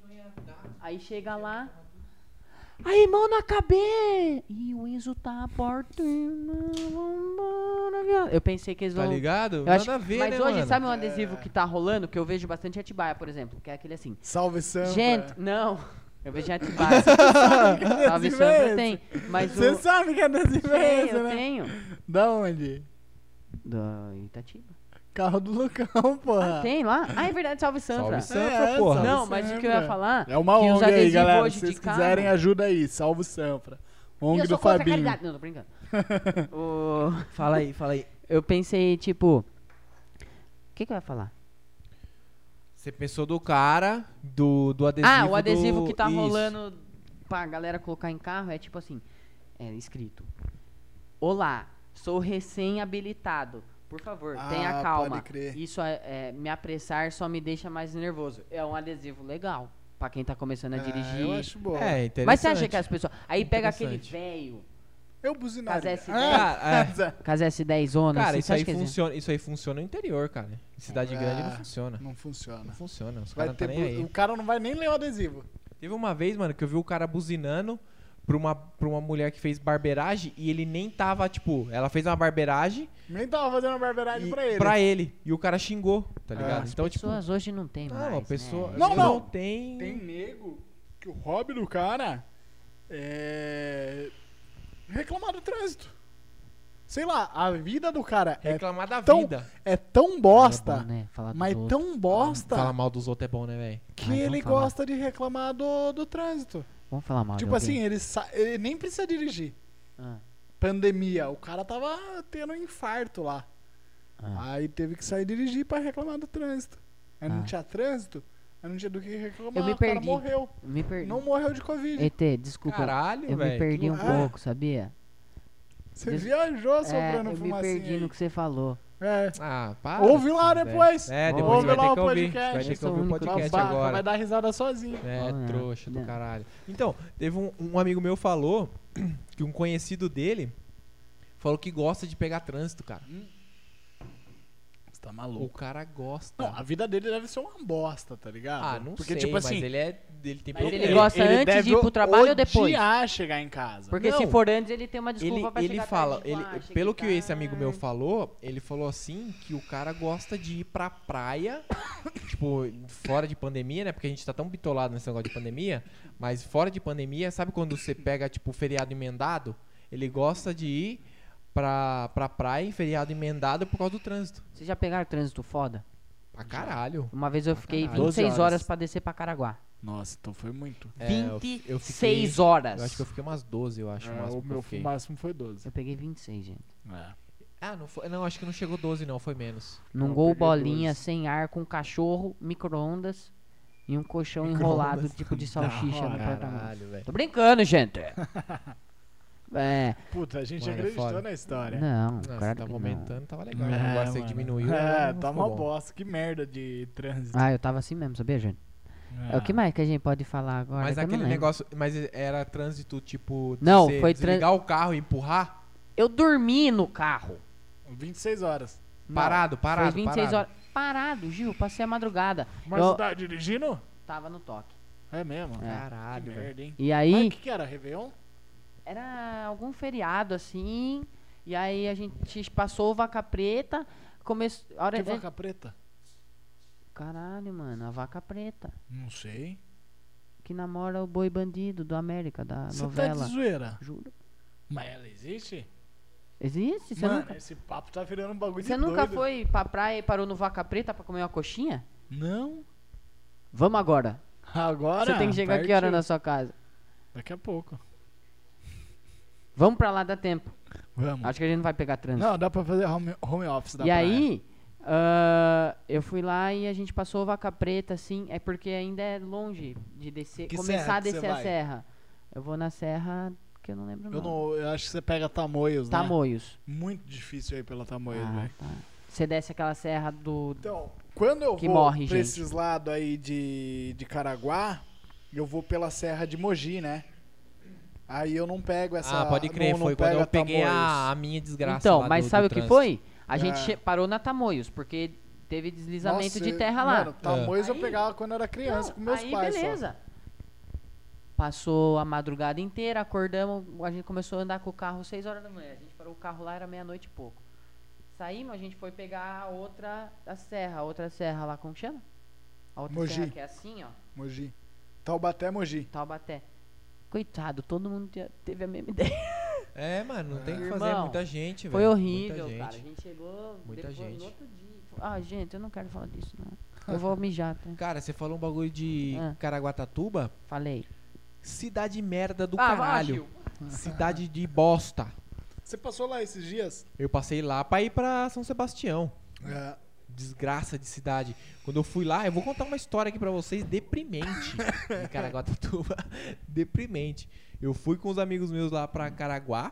Aí chega lá. Aí, mão na cabeça. Ih, o Enzo tá partindo. Vambora, viado. Eu pensei que eles Tá vão. ligado? Eu Nada acho, a ver, mas né, hoje, mano? sabe um adesivo que tá rolando? Que eu vejo bastante em Atibaia, por exemplo. Que é aquele assim. Salve, Sampa. Gente, não. Eu vejo em Atibaia. Salve adesivo Sampa é tem. Mas Você o... sabe que adesivo é Tem, esse, eu né? tenho. Da onde? Da Itatiba. Carro do Lucão, porra. Tem lá? Ah, é verdade, Salve Sanfra. Salve Sanfra, porra. Salve Não, mas o que eu ia Sanfra. falar... É uma que os ONG aí, adesivos galera. hoje Se de vocês carro- quiserem, ajuda aí. Salve Sanfra. ONG eu do sou contra a Fabinho. caridade. Não, tô brincando. Fala aí, fala aí. Eu pensei, tipo... O que eu ia falar? Você pensou do cara, do adesivo. Ah, o adesivo que tá Isso. rolando pra galera colocar em carro é tipo assim, é escrito: Olá, sou recém-habilitado. Por favor, Ah, tenha calma. pode crer. Isso me apressar só me deixa mais nervoso. É um adesivo legal pra quem tá começando a dirigir. Eu acho bom. É, interessante. Mas você acha que as pessoas. Aí pega aquele Interessante. velho, Eu buzinaria. Cas S10. Cara, com as S10 zona, Cara, assim, isso você aí, acha que funciona, isso aí funciona no interior, cara. Em cidade grande não Ah, funciona. Não funciona. Não funciona, os Vai caras não tá ter nem aí. O cara não vai nem ler o adesivo. Teve uma vez, mano, que eu vi o cara buzinando pra uma mulher que fez barbeiragem e ele nem tava, tipo, ela fez uma barbeiragem Nem tava fazendo uma barbeiragem e, pra ele. E o cara xingou, tá ligado? as Então, tipo, pessoas hoje não tem mais. não, a pessoa né? Não. tem... Tem nego que o hobby do cara é reclamar do trânsito. Sei lá, a vida do cara reclamar da tão, vida. é tão bosta, É bom, né? Falar dos mas outros. tão bosta, Falar mal dos outros é bom, né, velho? que Ai, vamos ele falar. gosta de reclamar do trânsito. Vamos falar mal Tipo de assim, alguém. ele nem precisa dirigir. Ah, Pandemia, o cara tava tendo um infarto lá. ah. Aí teve que sair dirigir pra reclamar do trânsito. Aí não Ah. tinha trânsito, aí não tinha do que reclamar. Eu me o cara perdi. morreu. Me perdi. Não morreu de Covid. ET, desculpa. Caralho, eu me velho. perdi um Ah. pouco, sabia? Você Des- viajou soprando eu me fumacinha perdi aí. no que você falou. É. Ah, para. Ouve lá velho. depois. É, depois Ouve você vai lá ter o que ouvir. podcast. Vai ter Eu que sou ouvir o o único podcast Babaca, agora. vai dar risada sozinho. É, Olha, trouxa do né? caralho. Então, teve um amigo meu falou que um conhecido dele falou que gosta de pegar trânsito, cara. Você tá O maluco. cara gosta. Não, a vida dele deve ser uma bosta, tá ligado? Ah, não Porque, sei, tipo assim, mas ele tem Mas ele problema. gosta antes de ir pro trabalho ou depois? odiar chegar em casa. Porque se Não. for antes, ele tem uma desculpa pra Ele chegar fala, tarde, tipo, cheguei pelo que esse amigo meu tarde. falou, ele falou assim que o cara gosta de ir pra praia, tipo, fora de pandemia, né? Porque a gente tá tão bitolado nesse negócio de pandemia, mas fora de pandemia, sabe quando você pega, tipo, feriado emendado? Ele gosta de ir pra praia em feriado emendado por causa do trânsito. Vocês já pegaram trânsito foda? Pra caralho. Uma vez eu fiquei caralho. 26 12 horas horas pra descer pra Caraguá. Nossa, então foi muito. É, 26 horas. Eu acho que eu fiquei umas 12, eu acho. É, máximo o que eu meu fiquei. máximo foi 12. Eu peguei 26, gente. É. Ah, não, acho que não chegou 12 não, foi menos. Num Eu gol peguei bolinha, 12. sem ar, com cachorro, micro-ondas e um colchão Micro-ondas. enrolado, tipo de salsicha no hora. apartamento. Caralho, velho. Tô brincando, gente. É, Puta, a gente Mano, é acreditou foda. na história. não, Nossa, claro tava que não. aumentando, tava legal. É, Agora você mano. diminuiu. É, não tá ficou uma bom. bosta. Que merda de trânsito. Ah, eu tava assim mesmo, sabia, gente? É. O que mais que a gente pode falar agora? Mas Que eu não aquele lembro. negócio, mas era trânsito tipo de Não, você foi desligar o carro e empurrar? Eu dormi no carro. 26 horas. Não, Parado. Foi 26 parado. horas. Parado, Gil, passei a madrugada. Mas Eu você tá dirigindo? tava no toque. É mesmo? É. Que Caralho, velho. merda, hein? E Mas aí, o que era? Réveillon? era algum feriado assim. E aí a gente passou o Vaca Preta. Começou. Que vaca preta? Caralho, mano, a Vaca Preta. Não sei. Que namora o boi bandido do América, da Você tá novela. de zoeira. Juro. Mas ela existe? Existe? Você Mano, nunca, esse papo tá virando um bagulho você de nunca doido. foi pra praia e parou no Vaca Preta pra comer uma coxinha? Não. Vamos agora. Agora? Você tem que chegar que hora partiu. na sua casa? Daqui a pouco. Vamos pra lá, dá tempo. Vamos. Acho que a gente não vai pegar trânsito. Não, dá pra fazer home office da E praia. aí, eu fui lá e a gente passou o Vaca Preta, assim, é porque ainda é longe de descer, Que começar serra a que você descer a vai? serra. Eu vou na serra que eu não lembro o Eu, nome. não, eu acho que você pega Tamoios, né? Tamoios. Muito difícil aí pela Tamoios, Ah, velho. tá. Você desce aquela serra do... Então, quando eu Que vou morre, pra gente. esses lados aí de Caraguá, eu vou pela Serra de Mogi, né? Aí eu não pego essa... Ah, pode crer, não foi quando pego eu peguei Tamoios. a minha desgraça Então, lá mas do sabe o que trânsito. foi? A gente É. parou na Tamoios, porque teve deslizamento Nossa, de terra lá. Mano, Tamoios eu Aí- pegava quando eu era criança, Não, com meus aí pais beleza. Passou a madrugada inteira, acordamos, a gente começou a andar com o carro 6 horas da manhã. A gente parou o carro lá, era meia-noite e pouco. Saímos, a gente foi pegar a outra serra lá, como que chama? A outra Mogi. serra que é assim, ó, só. Mogi. Taubaté, Mogi. Taubaté. Coitado, todo mundo teve a mesma ideia. É, mano, não tem o que fazer, Irmão, é muita gente, velho. Foi horrível, muita cara. A gente. gente chegou Muita depois, gente. no outro dia. Ah, gente, eu não quero falar disso, não. Eu vou mijar, tá? Cara, você falou um bagulho de Ah. Caraguatatuba. Falei. Cidade merda do vai, caralho. Gil. Cidade de bosta. Você passou lá esses dias? Eu passei lá pra ir pra São Sebastião. É. Desgraça de cidade. Quando eu fui lá, eu vou contar uma história aqui pra vocês deprimente. De Caraguatatuba. Deprimente. Eu fui com os amigos meus lá pra Caraguá.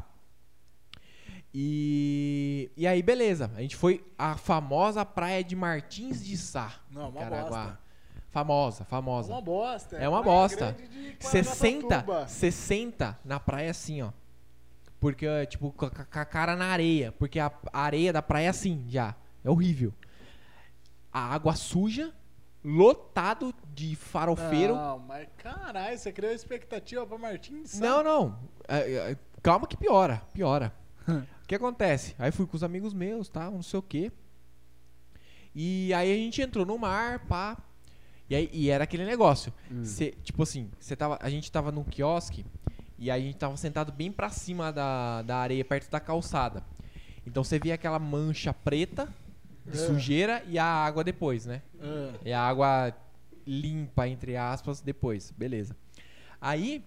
E aí, beleza. A gente foi à famosa praia de Martins de Sá. Não, em uma Caraguá. bosta. Famosa. Uma bosta. É uma praia bosta. grande de Você Caraguatatuba. senta na praia assim, ó. Porque, tipo, com a cara na areia. Porque a areia da praia é assim, já. É horrível. A água suja, lotado de farofeiro. Não, mas caralho, você criou expectativa pra Martins? Não. Calma que piora. O que acontece? Aí fui com os amigos meus, tá? Não sei o quê. E aí a gente entrou no mar, pá. E era aquele negócio. Tipo assim, a gente tava num quiosque e aí a gente tava sentado bem pra cima da areia, perto da calçada. Então você via aquela mancha preta de sujeira e a água depois, né? E a água limpa, entre aspas, depois. Beleza. Aí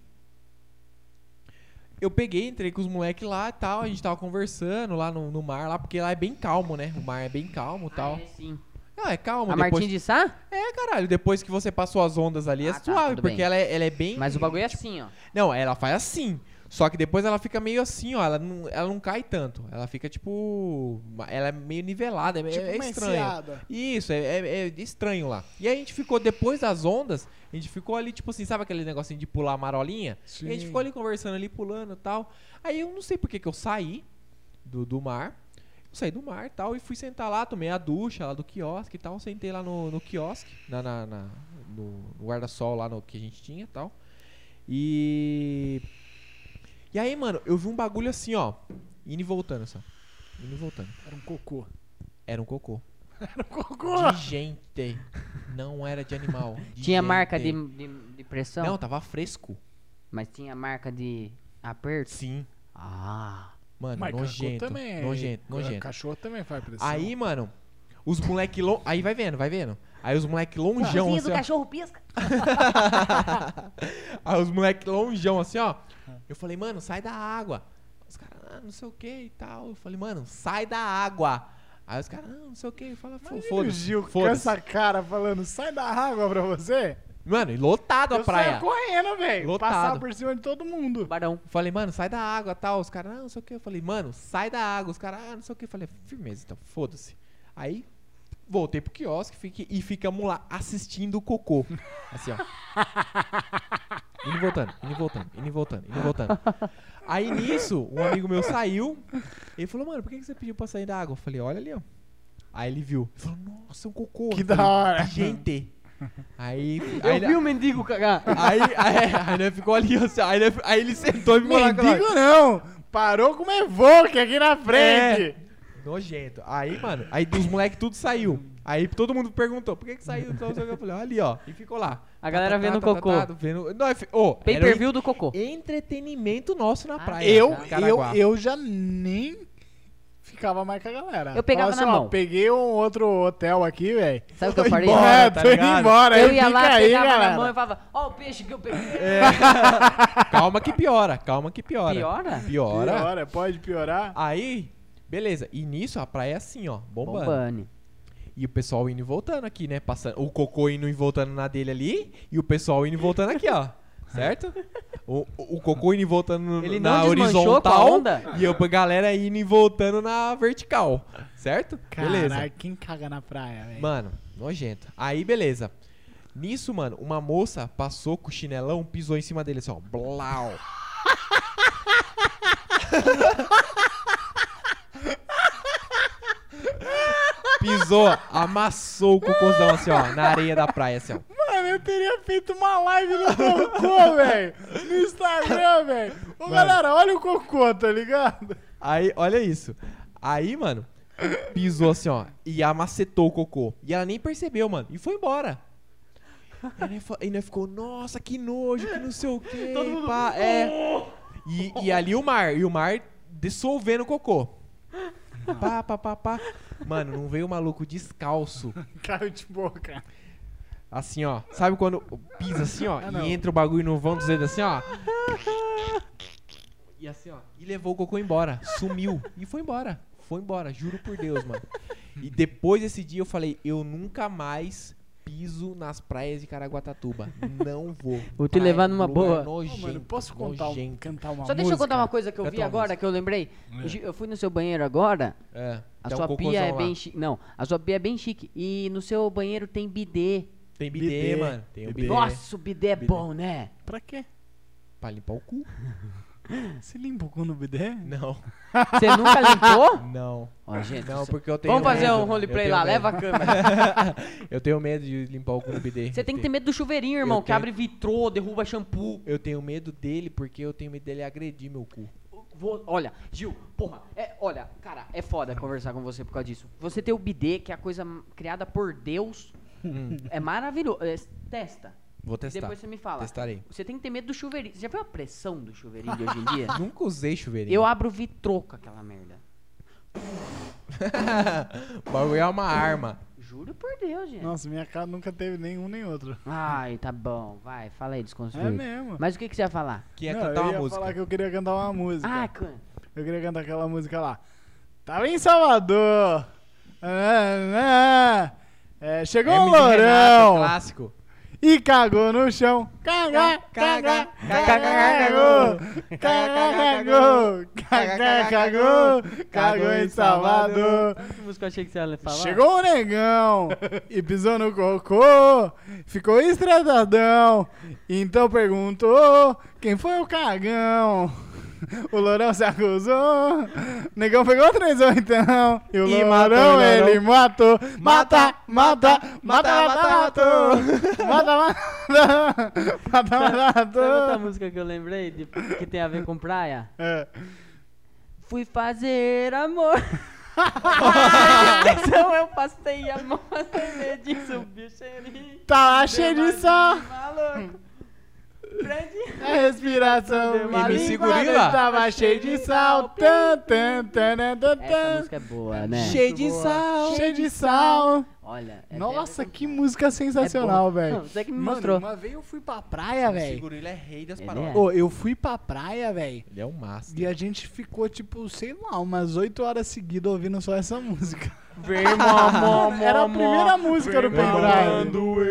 eu peguei, entrei com os moleques lá e tal, a gente tava conversando lá no mar, lá, porque lá é bem calmo, né? O mar é bem calmo e tal. Ah, é, sim. Ah, é calmo. A depois... Martins de Sá? É, caralho, depois que você passou as ondas ali, é Ah, tá, suave, tudo porque bem. ela é bem... Mas o bagulho é assim, ó. Não, ela faz assim. Só que depois ela fica meio assim, ó. Ela não cai tanto. Ela fica tipo. Ela é meio nivelada. É, Tipo é uma estranho. enseada. Isso, é estranho lá. E aí a gente ficou, depois das ondas, a gente ficou ali, tipo assim, sabe aquele negocinho de pular a marolinha? Sim. E a gente ficou ali conversando ali, pulando e tal. Aí eu não sei por que eu saí do mar. saí do mar e tal, e fui sentar lá, tomei a ducha lá do quiosque e tal, sentei lá no quiosque, no guarda-sol lá no que a gente tinha e tal. E aí, mano, eu vi um bagulho assim, ó, indo e voltando, só. Indo e voltando. Era um cocô. Era um cocô. Era um cocô. De gente. Não era de animal. De Tinha gente. marca de pressão? Não, tava fresco. Mas tinha marca de aperto? Sim. Ah. Mano, Mas cocô nojento. também. Nojento. Cachorro também faz pressão. Aí, mano, os moleque Aí vai vendo. Aí os moleque longeão Cozinha assim, do ó. cachorro pisca. Aí os moleque longeão assim, ó. Eu falei, mano, sai da água. Os caras, não sei o que e tal. Eu falei, mano, sai da água. Aí os caras, não sei o que. Fala, Imagina o foda-se. Gil com Foda-se. essa cara falando, sai da água pra você. Mano, e lotado a Eu praia. saio correndo, velho. Lotado. Passar por cima de todo mundo. Barão. Eu falei, mano, sai da água tal. Os caras, não sei o que. Eu falei, mano, sai da água. Os caras, não sei o que. Eu falei, firmeza, então, foda-se. Aí, voltei pro quiosque e ficamos lá assistindo o cocô. Assim, ó. Indo e voltando. Aí nisso, um amigo meu saiu. Ele falou, mano, por que você pediu pra sair da água? Eu falei, olha ali, ó. Aí ele viu. Ele falou, nossa, é um cocô. Que Eu falei, da hora. Gente. Aí Eu vi o mendigo cagar. Aí nós ficou ali, assim, aí ele sentou e ficou lá com nós. Mendigo não. Parou com uma Evoque aqui na frente. Nojento. Aí, mano, aí dos moleques tudo saiu. Aí todo mundo perguntou, por que saiu? Então, eu falei, olha ali, ó. E ficou lá. A galera vendo cocô. Vendo... Não, era Pay-per-view do cocô. entretenimento nosso na praia. Eu já nem ficava mais com a galera. Eu pegava Falava na ó, mão. peguei um outro hotel aqui, velho. Sabe o que eu faria? Embora, tá tô indo ligado? embora. Eu aí ia fica lá, aí, pegava galera. na mão e falava, ó o peixe que eu peguei. Calma que piora. Piora? Piora, pode piorar. Aí, beleza. E nisso a praia é assim, ó, bombando. Bombane. E o pessoal indo e voltando aqui, né? Passando, o cocô indo e voltando na dele ali. E o pessoal indo e voltando aqui, ó. Certo? O cocô indo e voltando Ele na não desmanchou com a horizontal. onda? E a galera indo e voltando na vertical. Certo? Beleza. Caralho, quem caga na praia, velho? Mano, nojento. Aí, beleza. Nisso, mano, uma moça passou com o chinelão, pisou em cima dele assim, ó. Blau. Pisou, amassou o cocôzão assim, ó, na areia da praia, assim, ó. Mano, eu teria feito uma live no cocô, velho. No Instagram, velho. Ô, galera, olha o cocô, tá ligado? Aí, olha isso. Aí, mano, pisou assim, ó, e amacetou o cocô. E ela nem percebeu, mano, e foi embora. E nós ficou, nossa, que nojo, que não sei o quê. Todo mundo... pá, E ali o mar dissolvendo o cocô. Pá. Mano, não veio o maluco descalço. Caiu de boca. Assim, ó. Sabe quando pisa assim, ó? não. E entra o bagulho no vão dos dedos assim, ó. E assim, ó. E levou o cocô embora. Sumiu. E foi embora. Foi embora. Juro por Deus, mano. E depois desse dia eu falei, eu nunca mais piso nas praias de Caraguatatuba. Não vou. Vou te levar numa Lugar boa. nojento, Ô, mano, posso cantar uma Só música? deixa eu contar uma coisa que eu Canta vi uma agora, música. que eu lembrei. Eu fui no seu banheiro agora. É. A tem um sua cocôzão pia é lá. bem chique. Não, a sua pia é bem chique. E no seu banheiro tem bidê. Tem bidê, Bidê. mano. Tem o Bidê. bidê. Nossa, o bidê é bom, né? Pra quê? Pra limpar o cu? Você limpa o cu no bidê? Não. Você nunca limpou? Não. Ó, gente, Não, porque eu tenho vamos fazer medo. um roleplay Eu lá, tenho leva a medo. câmera. Eu tenho medo de limpar o cu no bidê. Você tem que ter medo do chuveirinho, irmão, Eu que tenho- abre vitrô, derruba shampoo. Eu tenho medo dele porque eu tenho medo dele agredir meu cu. Olha, Gil, porra, olha, cara, é foda conversar com você por causa disso. Você ter o bidê, que é a coisa criada por Deus, é maravilhoso. Testa. Vou testar. Depois você me fala. Testarei. Você tem que ter medo do chuveirinho. Você já viu a pressão do chuveirinho de hoje em dia? Nunca usei chuveirinho. Eu abro vitrô com aquela merda. O bagulho é uma arma. Juro por Deus, gente. Nossa, minha casa nunca teve nenhum nem outro. Ai, tá bom. Vai, fala aí, É desconstruído. mesmo. Mas o que você ia falar? Que é Não, cantar eu uma ia música. falar que eu queria cantar uma música. Ah, canta. Eu queria cantar aquela música lá. Tava em Salvador. Chegou um MC Renato, lourão clássico. e cagou no chão. Cagou. Cagou em Salvador. Que música eu achei que você ia falar? Chegou o negão e pisou no cocô. Ficou estradadão. Então perguntou quem foi o cagão. O Lourão se acusou. Negão pegou 3 ou então. E o E Lourão, matou o Lourão. ele matou. Mata, mata, mata, matou. Mata, mata. Mata, Sabe outra mata. música que eu lembrei que tem a ver com praia? É. Fui fazer amor. Então eu passei a mão a cerveja, subiu o cheirinho. Tá cheio de sol. Maluco. Grande. A respiração. Deu uma MC língua, Gorila. Tava cheio de sal. Tan, tan, tan, tan, tan, Essa tan. música é boa, né? Cheio de Boa. sal. Cheio de sal. Olha. Nossa, que música sensacional, É boa. velho. Não, você que me Mano, mostrou. uma vez eu fui pra praia, O velho. Seguro, ele é rei das Ele paródias. é. Ô, eu fui pra praia, velho. Ele é um master. E a gente ficou, tipo, sei lá, umas 8 horas seguidas ouvindo só essa música. Vem, mamô, Era a primeira música do pendrive.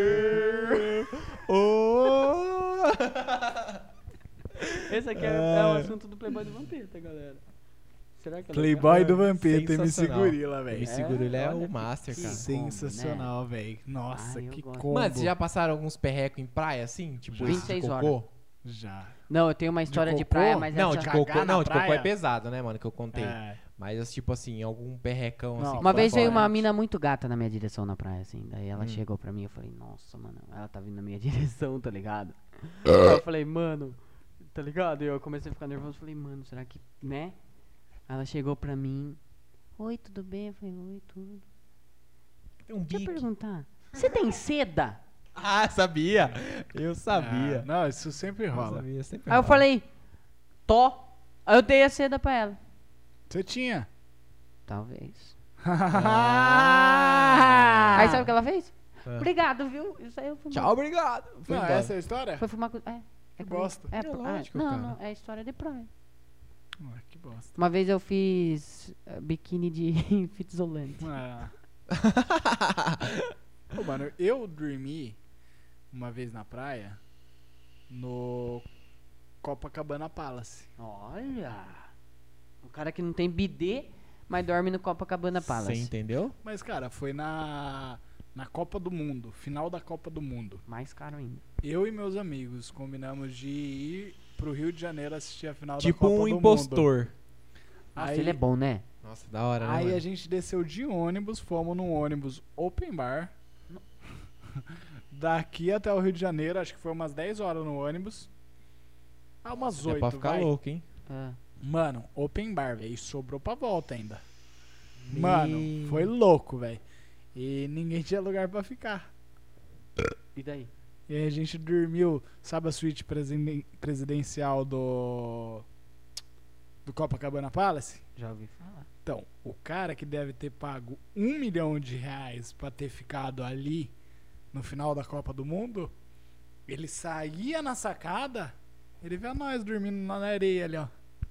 Esse aqui é o assunto do Playboy do Vampeta, galera. Será que é Playboy legal? do Vampeta, MC Sensacional. Gorila, velho. MC Seguro, ele é olha o master, que cara. Sensacional, velho. Nossa, Ah, eu que gosto. combo. Mano, vocês já passaram alguns perrecos em praia, assim? Tipo, Já. esse de 26 cocô? Já. Não, eu tenho uma história de, cocô? praia, mas Não, essa... de cagar cocô, na não, de cocô é praia? pesado, né, mano, que eu contei. É. Mas, tipo assim, algum perrecão, Não, assim. Uma que vez foi veio uma forte. mina muito gata na minha direção na praia, assim. Daí ela chegou pra mim e eu falei, nossa, mano, ela tá vindo na minha direção, tá ligado? Aí eu falei, mano, tá ligado? E eu comecei a ficar nervoso, falei, mano, será que, né? Ela chegou pra mim, oi, tudo bem? Eu falei, oi, tudo. Tem um Deixa eu bique. perguntar, você tem seda? Ah, sabia. Eu sabia. Ah, não, isso sempre Eu rola. sabia, sempre Aí eu rola. falei, tô. Aí eu dei a seda pra ela. Você tinha. Talvez. Ah. Aí sabe o que ela fez? Ah. Obrigado, viu? Isso aí eu fui Tchau, obrigado. Foi Não, embora. essa é a história? Foi fumar com... É. Que que- bosta. É, É lógico, não, cara. não, é história de praia. Ah, que bosta. Uma vez eu fiz biquíni de fita isolante. Ah. Pô, mano, eu dormi uma vez na praia no Copacabana Palace. Olha! O cara que não tem bidê, mas dorme no Copacabana Você Palace. entendeu? Mas, cara, foi na Copa do Mundo, final da Copa do Mundo. Mais caro ainda. Eu e meus amigos combinamos de ir pro Rio de Janeiro assistir a final Tipo da Copa um do Mundo. impostor. Nossa, Aí- ele é bom, né? Nossa, da hora, né, Aí mano? a gente desceu de ônibus, fomos num ônibus open bar. Daqui até o Rio de Janeiro, acho que foi umas 10 horas no ônibus. Ah, umas É 8, pra ficar vai. louco, hein? É. Mano, open bar, velho. E sobrou pra volta ainda. Meu. Mano, foi louco, velho. E ninguém tinha lugar pra ficar. E daí? E aí a gente dormiu, sabe a suíte presidencial do Copacabana Palace? Já ouvi falar. Então, o cara que deve ter pago R$1 milhão pra ter ficado ali no final da Copa do Mundo, ele saía na sacada, ele via nós dormindo na areia ali, ó.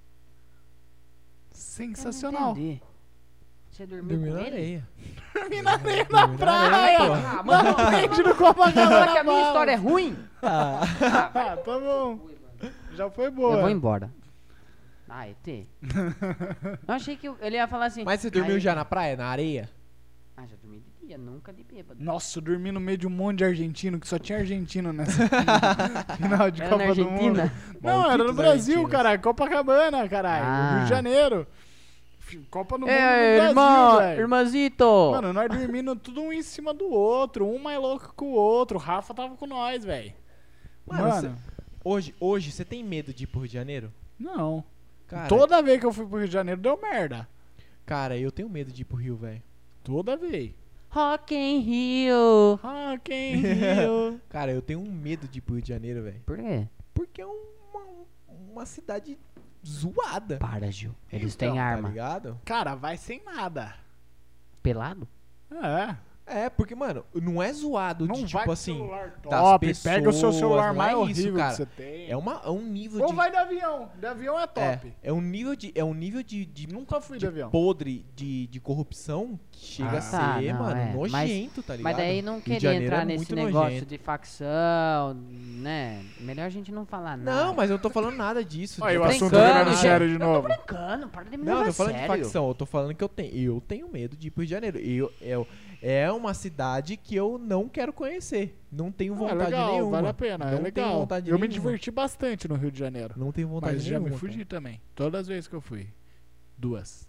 Sensacional. Entendi. Você dormiu Dormiu com na ele? areia. Dormi na areia Dormiu na na praia! areia, pô. Ah, mano, Na frente do fala Copacabana que a minha Palace. história é ruim. Ah. Ah, tá bom. Já foi Eu boa. vou embora. Ah, ET. Eu achei que ele ia falar assim. Mas você dormiu aí- já na praia, na areia? Ah, já dormi de dia, nunca de bêbado. Nossa, eu dormi no meio de um monte de argentino, que só tinha argentino nessa final de Era Copa na do Mundo. Argentina? Não, era no Malditos Brasil, argentinos. caralho. Copacabana, caralho. Ah. Rio de Janeiro. Copa no Mundo É, no Brasil, irmão, velho. irmãzito. Mano, nós dormindo tudo um em cima do outro, um mais louco que o outro. O Rafa tava com nós, velho. Mano, Hoje, você tem medo de ir pro Rio de Janeiro? não. Cara, Toda vez que eu fui pro Rio de Janeiro deu merda. cara, eu tenho medo de ir pro Rio, velho. Toda vez. Rock in Rio. Ah, quem riu? Cara, eu tenho um medo de ir pro Rio de Janeiro, velho. Por quê? Porque é uma cidade zoada. Para, Gil. Eles Então, têm Tá arma. ligado? Cara, vai sem nada. Pelado? É. É, porque, mano, não é zoado Não de, vai tipo com assim, celular das top, pega o seu pessoas, celular não mais é horrível isso, cara. que você tem. é um nível Ou de... vai de avião. De avião é top. É um nível de Nunca fui de avião. podre de corrupção que chega Ah, a ser, tá, não, mano, é. nojento, tá ligado? Mas daí não Rio de querer Janeiro entrar é nesse muito negócio nojento. de facção, né? Melhor a gente não falar nada. Não, mas eu não tô falando nada disso. Olha, o Tô assunto brincando, virando gente. sério de novo. Brincando, para de me Não, eu levar tô a falando de sério. facção, eu tô falando que eu tenho medo de ir pro Rio de Janeiro. é uma cidade que eu não quero conhecer. Não tenho vontade legal, nenhuma. vale a pena, não é tenho legal. vontade Eu me nenhuma. diverti bastante no Rio de Janeiro. Não tenho vontade Mas já nenhuma. me fugi também. Todas as vezes que eu fui. 2.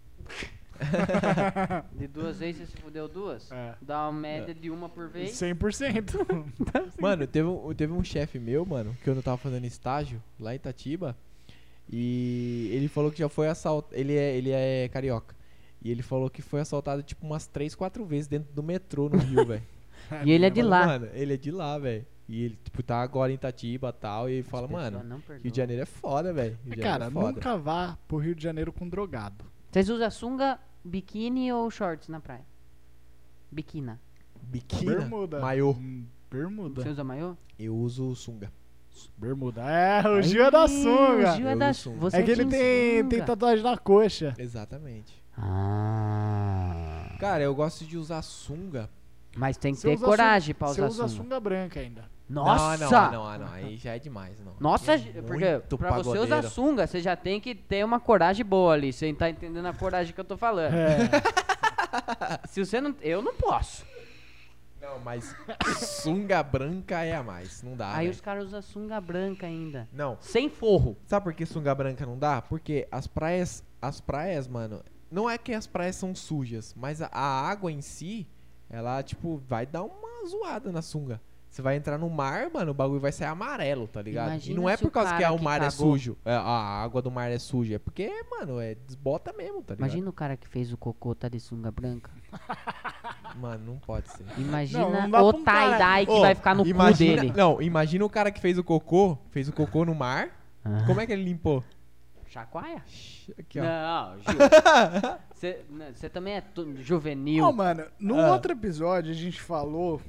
De 2 vezes você se fudeu 2? É. Dá uma média de uma por vez. 100%. Mano, teve um chefe meu, mano, que eu tava fazendo estágio lá em Itatiba. E ele falou que já foi assaltado. Ele é carioca. E ele falou que foi assaltado tipo umas 3, 4 vezes dentro do metrô no Rio, velho. E ele é de lá. Mano, ele é de lá, velho. E ele, tipo, tá agora em Itatiba e tal. E ele fala, mano, Rio de Janeiro é foda, velho. Cara, nunca vá pro Rio de Janeiro com drogado. Vocês usam sunga, biquíni ou shorts na praia? Biquina. Biquína, Bermuda. maiô. Bermuda. Você usa maiô? Eu uso sunga. Bermuda. É, o Gil é da sunga. O Gil é Eu da uso sunga. Você É que ele tem sunga. tatuagem na coxa. Exatamente. Ah. Cara, eu gosto de usar sunga. Mas tem que Você ter usa coragem pra Você usar usa sunga. sunga branca ainda. Nossa! Não. Aí já é demais, não. Nossa, É porque muito pra você usar pagodeiro. sunga, você já tem que ter uma coragem boa ali. Você tá entendendo a coragem que eu tô falando. É. Se você não... Eu não posso. Não, mas sunga branca é a mais. Não dá, Aí velho. os caras usam sunga branca ainda. Não. Sem forro. Sabe por que sunga branca não dá? Porque as praias, mano, não é que as praias são sujas, mas a água em si, ela, tipo, vai dar uma zoada na sunga. Você vai entrar no mar, mano, o bagulho vai sair amarelo, tá ligado? Imagina e não é se por o causa que cara o que mar é cagou- sujo, a água do mar é suja, é porque, mano, desbota mesmo, tá ligado? Imagina o cara que fez o cocô tá de sunga branca. Mano, não pode ser. Imagina não dá o pra um cara- tie-dye que Ô, vai ficar no cu dele. Não, imagina o cara que fez o cocô no mar, Ah. como é que ele limpou? Chacoalha? Aqui, ó. Não, Gil. Você também é juvenil. Não, mano, no Ah. outro episódio a gente falou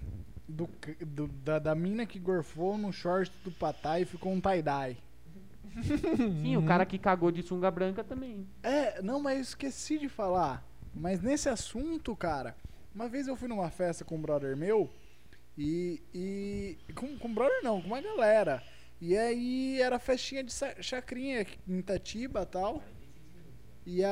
da mina que gorfou no short do Patai e ficou um tie-dye. Sim, o cara que cagou de sunga branca também. É, não, mas eu esqueci de falar. Mas nesse assunto, cara, uma vez eu fui numa festa com um brother meu e com um brother não, com uma galera. E aí era festinha de chacrinha em Itatiba e tal. E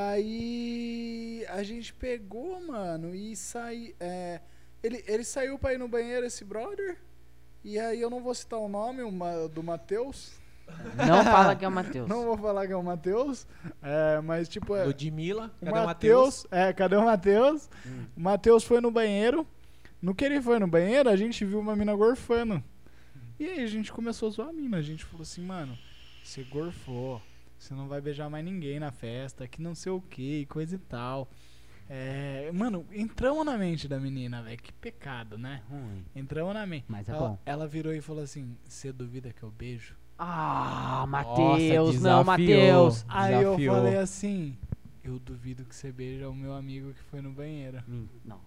aí a gente pegou, mano, e saiu. Ele saiu pra ir no banheiro, esse brother. E aí eu não vou citar o nome do Matheus. Não fala que é o Matheus. Não vou falar que é o Matheus. Mas tipo. Ludmilla, O cadê o Matheus? cadê o Matheus? O Matheus foi no banheiro. No que ele foi no banheiro, a gente viu uma mina gorfando. E aí a gente começou a zoar a mina. A gente falou assim, mano, você gorfou. Você não vai beijar mais ninguém na festa, que não sei o que, coisa e tal. Mano, entramos na mente da menina, velho. Que pecado, né? Ruim. Entramos na mente. Mas é ela, bom. ela virou e falou assim, você duvida que eu beijo? Ah, Nossa, Matheus, não, desafiou. Matheus. Aí eu Desafiou. falei assim, eu duvido que você beija o meu amigo que foi no banheiro. Não.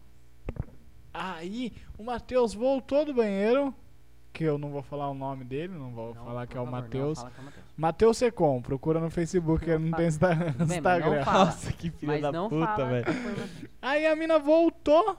Aí o Matheus voltou do banheiro, que eu não vou falar o nome dele, não vou falar que é o Matheus. Matheus Secom, procura no Facebook, ele não tem Bem, mas Instagram. não fala. Nossa, que filho Mas da não puta, fala velho. que foi Matheus. Aí a mina voltou,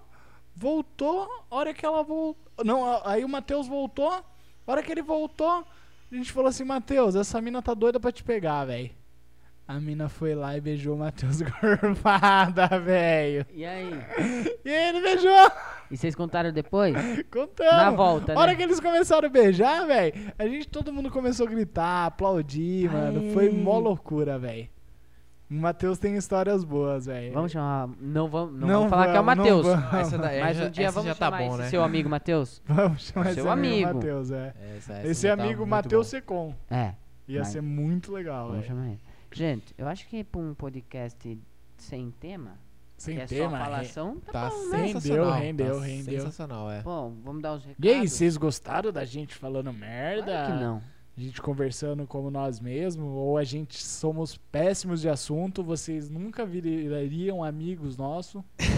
a hora que ela voltou. Não, aí o Matheus voltou, a hora que ele voltou, a gente falou assim, Matheus, essa mina tá doida pra te pegar, velho. A mina foi lá e beijou o Matheus gorfada, velho. E aí? E ele beijou, E vocês contaram depois? contando. Na volta, A hora né? que eles começaram a beijar, velho, todo mundo começou a gritar, aplaudir, mano. Foi mó loucura, velho. O Matheus tem histórias boas, velho. Vamos chamar... Não vamos Não falar que é o vamos, Matheus. não vamos. Essa daí, Mas um dia essa vamos já tá chamar bom, esse né? seu amigo Matheus. Vamos chamar Seu esse amigo amigo. Matheus, é. Essa Esse já tá amigo muito Matheus bom. Secom. É, Ia Mas- ser muito legal, vamos velho. chamar ele. Gente, eu acho que pra um podcast sem tema, Sem que é tema, só falação, Tá bom, né? sensacional. Rendeu, tá rendeu. Sensacional, é. Bom, vamos dar os recados. E aí, vocês gostaram da gente falando merda? Claro que não. A gente conversando como nós mesmos? Ou a gente somos péssimos de assunto, vocês nunca virariam amigos nossos?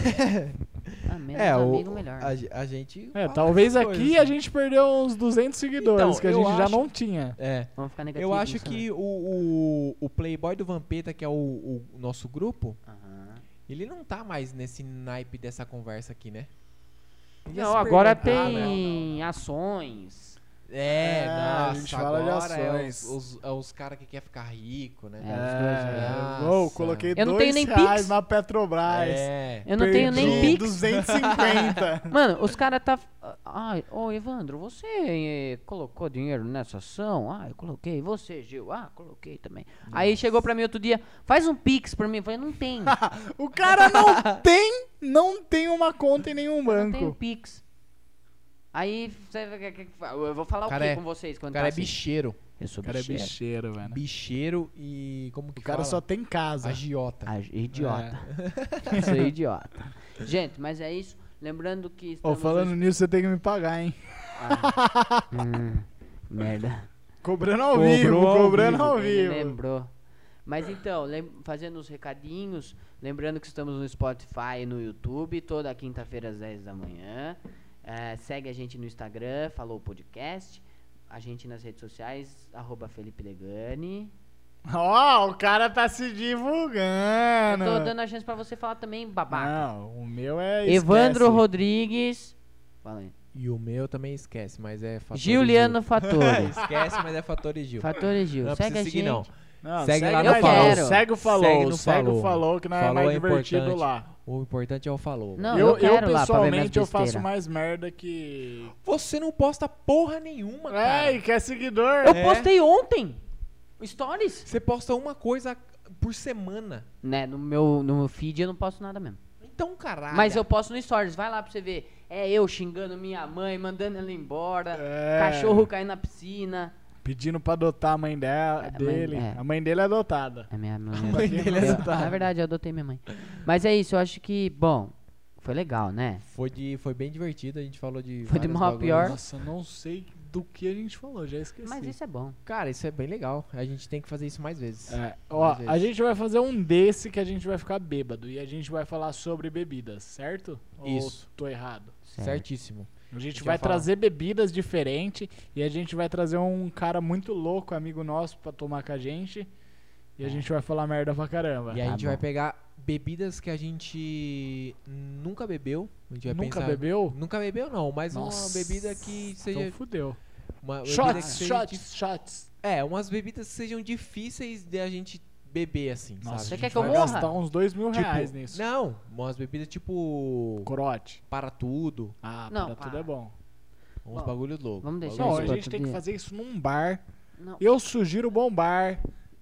Ah, menos amigo, melhor. A gente... É, fala talvez essas aqui coisas. a gente perdeu uns 200 seguidores, Então, que a eu gente já acho- não tinha. É. Vamos ficar negativo. Eu acho que o Playboy do Vampeta, que é o nosso grupo, Aham. ele não tá mais nesse naipe dessa conversa aqui, né? Ele já Não, se agora perdeu. tem ações. Nossa, a gente fala de agora ações. é os caras que quer ficar rico, né? Os dois aí. Nossa. Coloquei Eu não R$2 tenho nem Pix. na Petrobras. Eu não tenho nem Perdi Pix. 250. Mano, os caras tá... Ai, ô Evandro, você colocou dinheiro nessa ação? Ah, eu coloquei. Você, Gil? Ah, coloquei também. Aí chegou pra mim outro dia, faz um Pix pra mim. Eu falei, não tem. O cara não tem uma conta em nenhum Não tem banco. Pix. Aí, eu vou falar o Cara quê com vocês? O Quando cara tá é assim? bicheiro. Eu sou O cara é bicheiro. bicheiro, velho. Bicheiro e... Como que O cara fala? só tem casa. Agiota. Idiota. Sou idiota. Gente, mas é isso. Lembrando que Ô, estamos falando hoje... nisso, você tem que me pagar, hein? Merda. Cobrando ao Cobrou vivo, ao cobrando vivo. ao Ele vivo. lembrou. Mas então, fazendo os recadinhos, lembrando que estamos no Spotify e no YouTube, toda quinta-feira às 10 da manhã. Segue a gente no Instagram, Falou Podcast. A gente nas redes sociais, @Felipe Legani. Ó, o cara tá se Eu divulgando. tô dando a chance pra você falar também, babaca. Não, o meu é Evandro esquece. Rodrigues. Fala aí. E o meu também esquece, mas é Fatores Juliano Gil. Fattori. Esquece, mas é Fatores Gil. Fattori Gil. Não Segue precisa a seguir, gente. não. Não, Segue lá no nós, Falou. não. Segue o Falou. Segue no Segue Falou. o Falou, que não é Falou mais é divertido importante. lá. O importante é o Falou. Não, eu eu quero lá pra ver mais pessoalmente, eu faço besteira. mais merda que... Você não posta porra nenhuma, É, cara. e quer seguidor. Eu É. postei ontem. Stories. Você posta uma coisa por semana. Né, no meu feed eu não posto nada mesmo. Então, caralho. Mas eu posto no Stories, vai lá pra você ver. É eu xingando minha mãe, mandando ela embora. É. Cachorro caindo na piscina. Pedindo pra adotar a mãe dele. é. A mãe dele é adotada. É minha mãe. mãe dele é adotada. Na verdade, eu adotei minha mãe. Mas é isso, eu acho que, bom, foi legal, né? Foi bem divertido, a gente falou de Foi de vários mal a bagulhos. pior. Nossa, não sei do que a gente falou, já esqueci. Mas isso é bom. Cara, isso é bem legal. A gente tem que fazer isso mais vezes. É, ó, vezes. a gente vai fazer um desse que a gente vai ficar bêbado e a gente vai falar sobre bebidas, certo? Isso. Ou tô errado? Certo. Certíssimo. A gente Já vai fala. trazer bebidas diferentes e a gente vai trazer um cara muito louco, amigo nosso, pra tomar com a gente. E a gente vai falar merda pra caramba. E a Tá gente bom. vai pegar bebidas que a gente nunca bebeu. A gente vai Nunca pensar... bebeu? Nunca bebeu, não. Mas Nossa, uma bebida que seja... Então fudeu. Uma bebida que seja Shots. umas bebidas que sejam difíceis de a gente beber, assim, Nossa, Você a sabe? quer gente que eu vai morra? gastar uns R$2.000 Tipo, nisso. não, umas bebidas tipo... Corote. Para tudo. Ah, Não, para para. tudo é bom. Uns Bom, bagulho louco. vamos deixar Não, isso a pra gente outro tem que dia. fazer isso num bar. Não. Eu sugiro bom bar.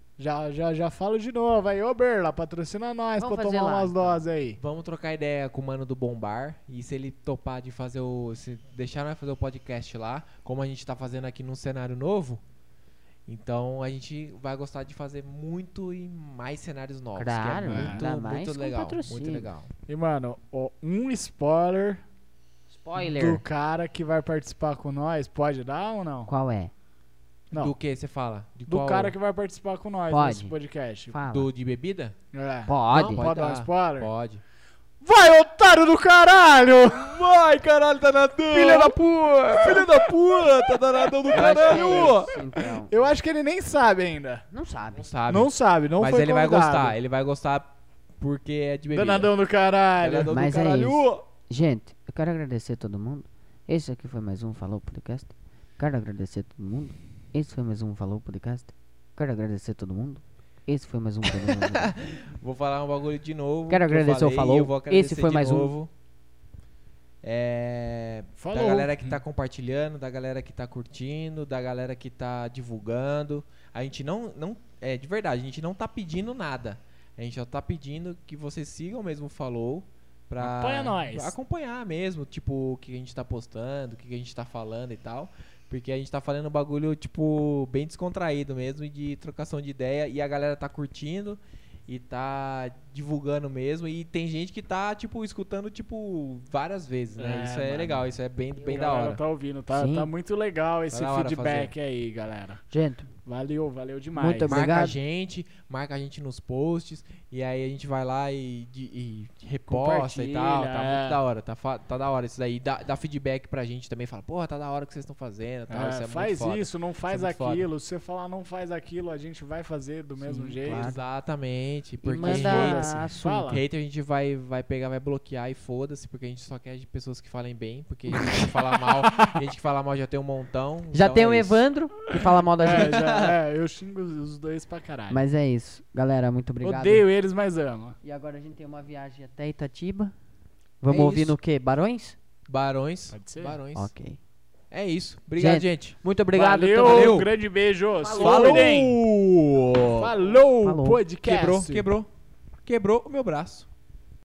Já falo de novo aí. Ô, Berla, patrocina nós Vamos pra fazer tomar lá, umas então. doses aí. Vamos trocar ideia com o mano do Bombar. E se ele topar de fazer se deixar nós fazer o podcast lá, como a gente tá fazendo aqui num cenário novo, então a gente vai gostar de fazer muito e mais cenários novos. Claro, que é ainda muito, mais muito com legal. patrocínio. Muito legal. E, mano, ó, um spoiler Spoiler. do cara que vai participar com nós. Pode dar ou não? Qual é? Não. Do que você fala? De Do qual- cara que vai participar com nós Pode. nesse podcast. Fala. de bebida? É. Pode. Não, Pode dar um spoiler? Pode. Vai, otário do caralho! Vai, caralho, tá nadando! Filha da puta! Filha da puta, tá nadando do Eu acho que é isso, então. Eu acho que ele nem sabe ainda. Não sabe. Não sabe. Não sabe, não Mas foi ele vai convidado. gostar. Ele vai gostar porque é de bebida. Danadão do caralho. Danadão do Mas é caralho. isso. Gente, eu quero agradecer a todo mundo. Esse aqui foi mais um Falou Podcast. Quero agradecer a todo mundo. Esse foi mais um Falou Podcast. Quero agradecer a todo mundo. Esse foi mais um Falou Podcast. Vou falar um bagulho de novo. Quero que eu agradecer o falei, Falou. eu vou agradecer Esse foi de mais um. novo. Falou. Da galera que tá compartilhando, da galera que tá curtindo, da galera que tá divulgando. A gente não de verdade, a gente não tá pedindo nada. A gente só tá pedindo que vocês sigam mesmo o Falou pra Apoia nós. acompanhar mesmo, tipo, o que a gente tá postando, o que a gente tá falando e tal. Porque a gente tá falando um bagulho, tipo, bem descontraído mesmo e de trocação de ideia. E a galera tá curtindo e tá divulgando mesmo. E tem gente que tá, tipo, escutando, tipo, várias vezes, né? É, isso é mano. legal, isso é bem E da a galera hora. tá ouvindo, tá Sim. muito legal esse da hora feedback aí, galera. Gente, Valeu demais. Muito obrigado. Marca a gente nos posts, e aí a gente vai lá e reposta e tal. Tá muito da hora, tá da hora isso daí. Dá feedback pra gente também, fala, porra, tá da hora o que vocês estão fazendo, tal, isso é faz muito foda. isso, não faz Isso é muito aquilo. Se você falar não faz aquilo, a gente vai fazer do mesmo jeito. claro. Exatamente, E porque manda assim, assunto. fala. hater a gente vai pegar, vai bloquear e foda-se, porque a gente só quer de pessoas que falem bem, porque a gente que fala mal, já tem um montão. Já então tem é o isso. Evandro, que fala mal da gente. Eu xingo os dois pra caralho. Mas é isso. Galera, muito obrigado. Odeio eles, mas amo. E agora a gente tem uma viagem até Itatiba. Vamos É ouvir isso. no quê? Barões? Barões. Pode ser? Barões. Ok. É isso. Obrigado, gente. Muito obrigado. Valeu, tamo- Valeu. grande beijo. Falou! Falou, Falou. podcast. Quebrou o meu braço.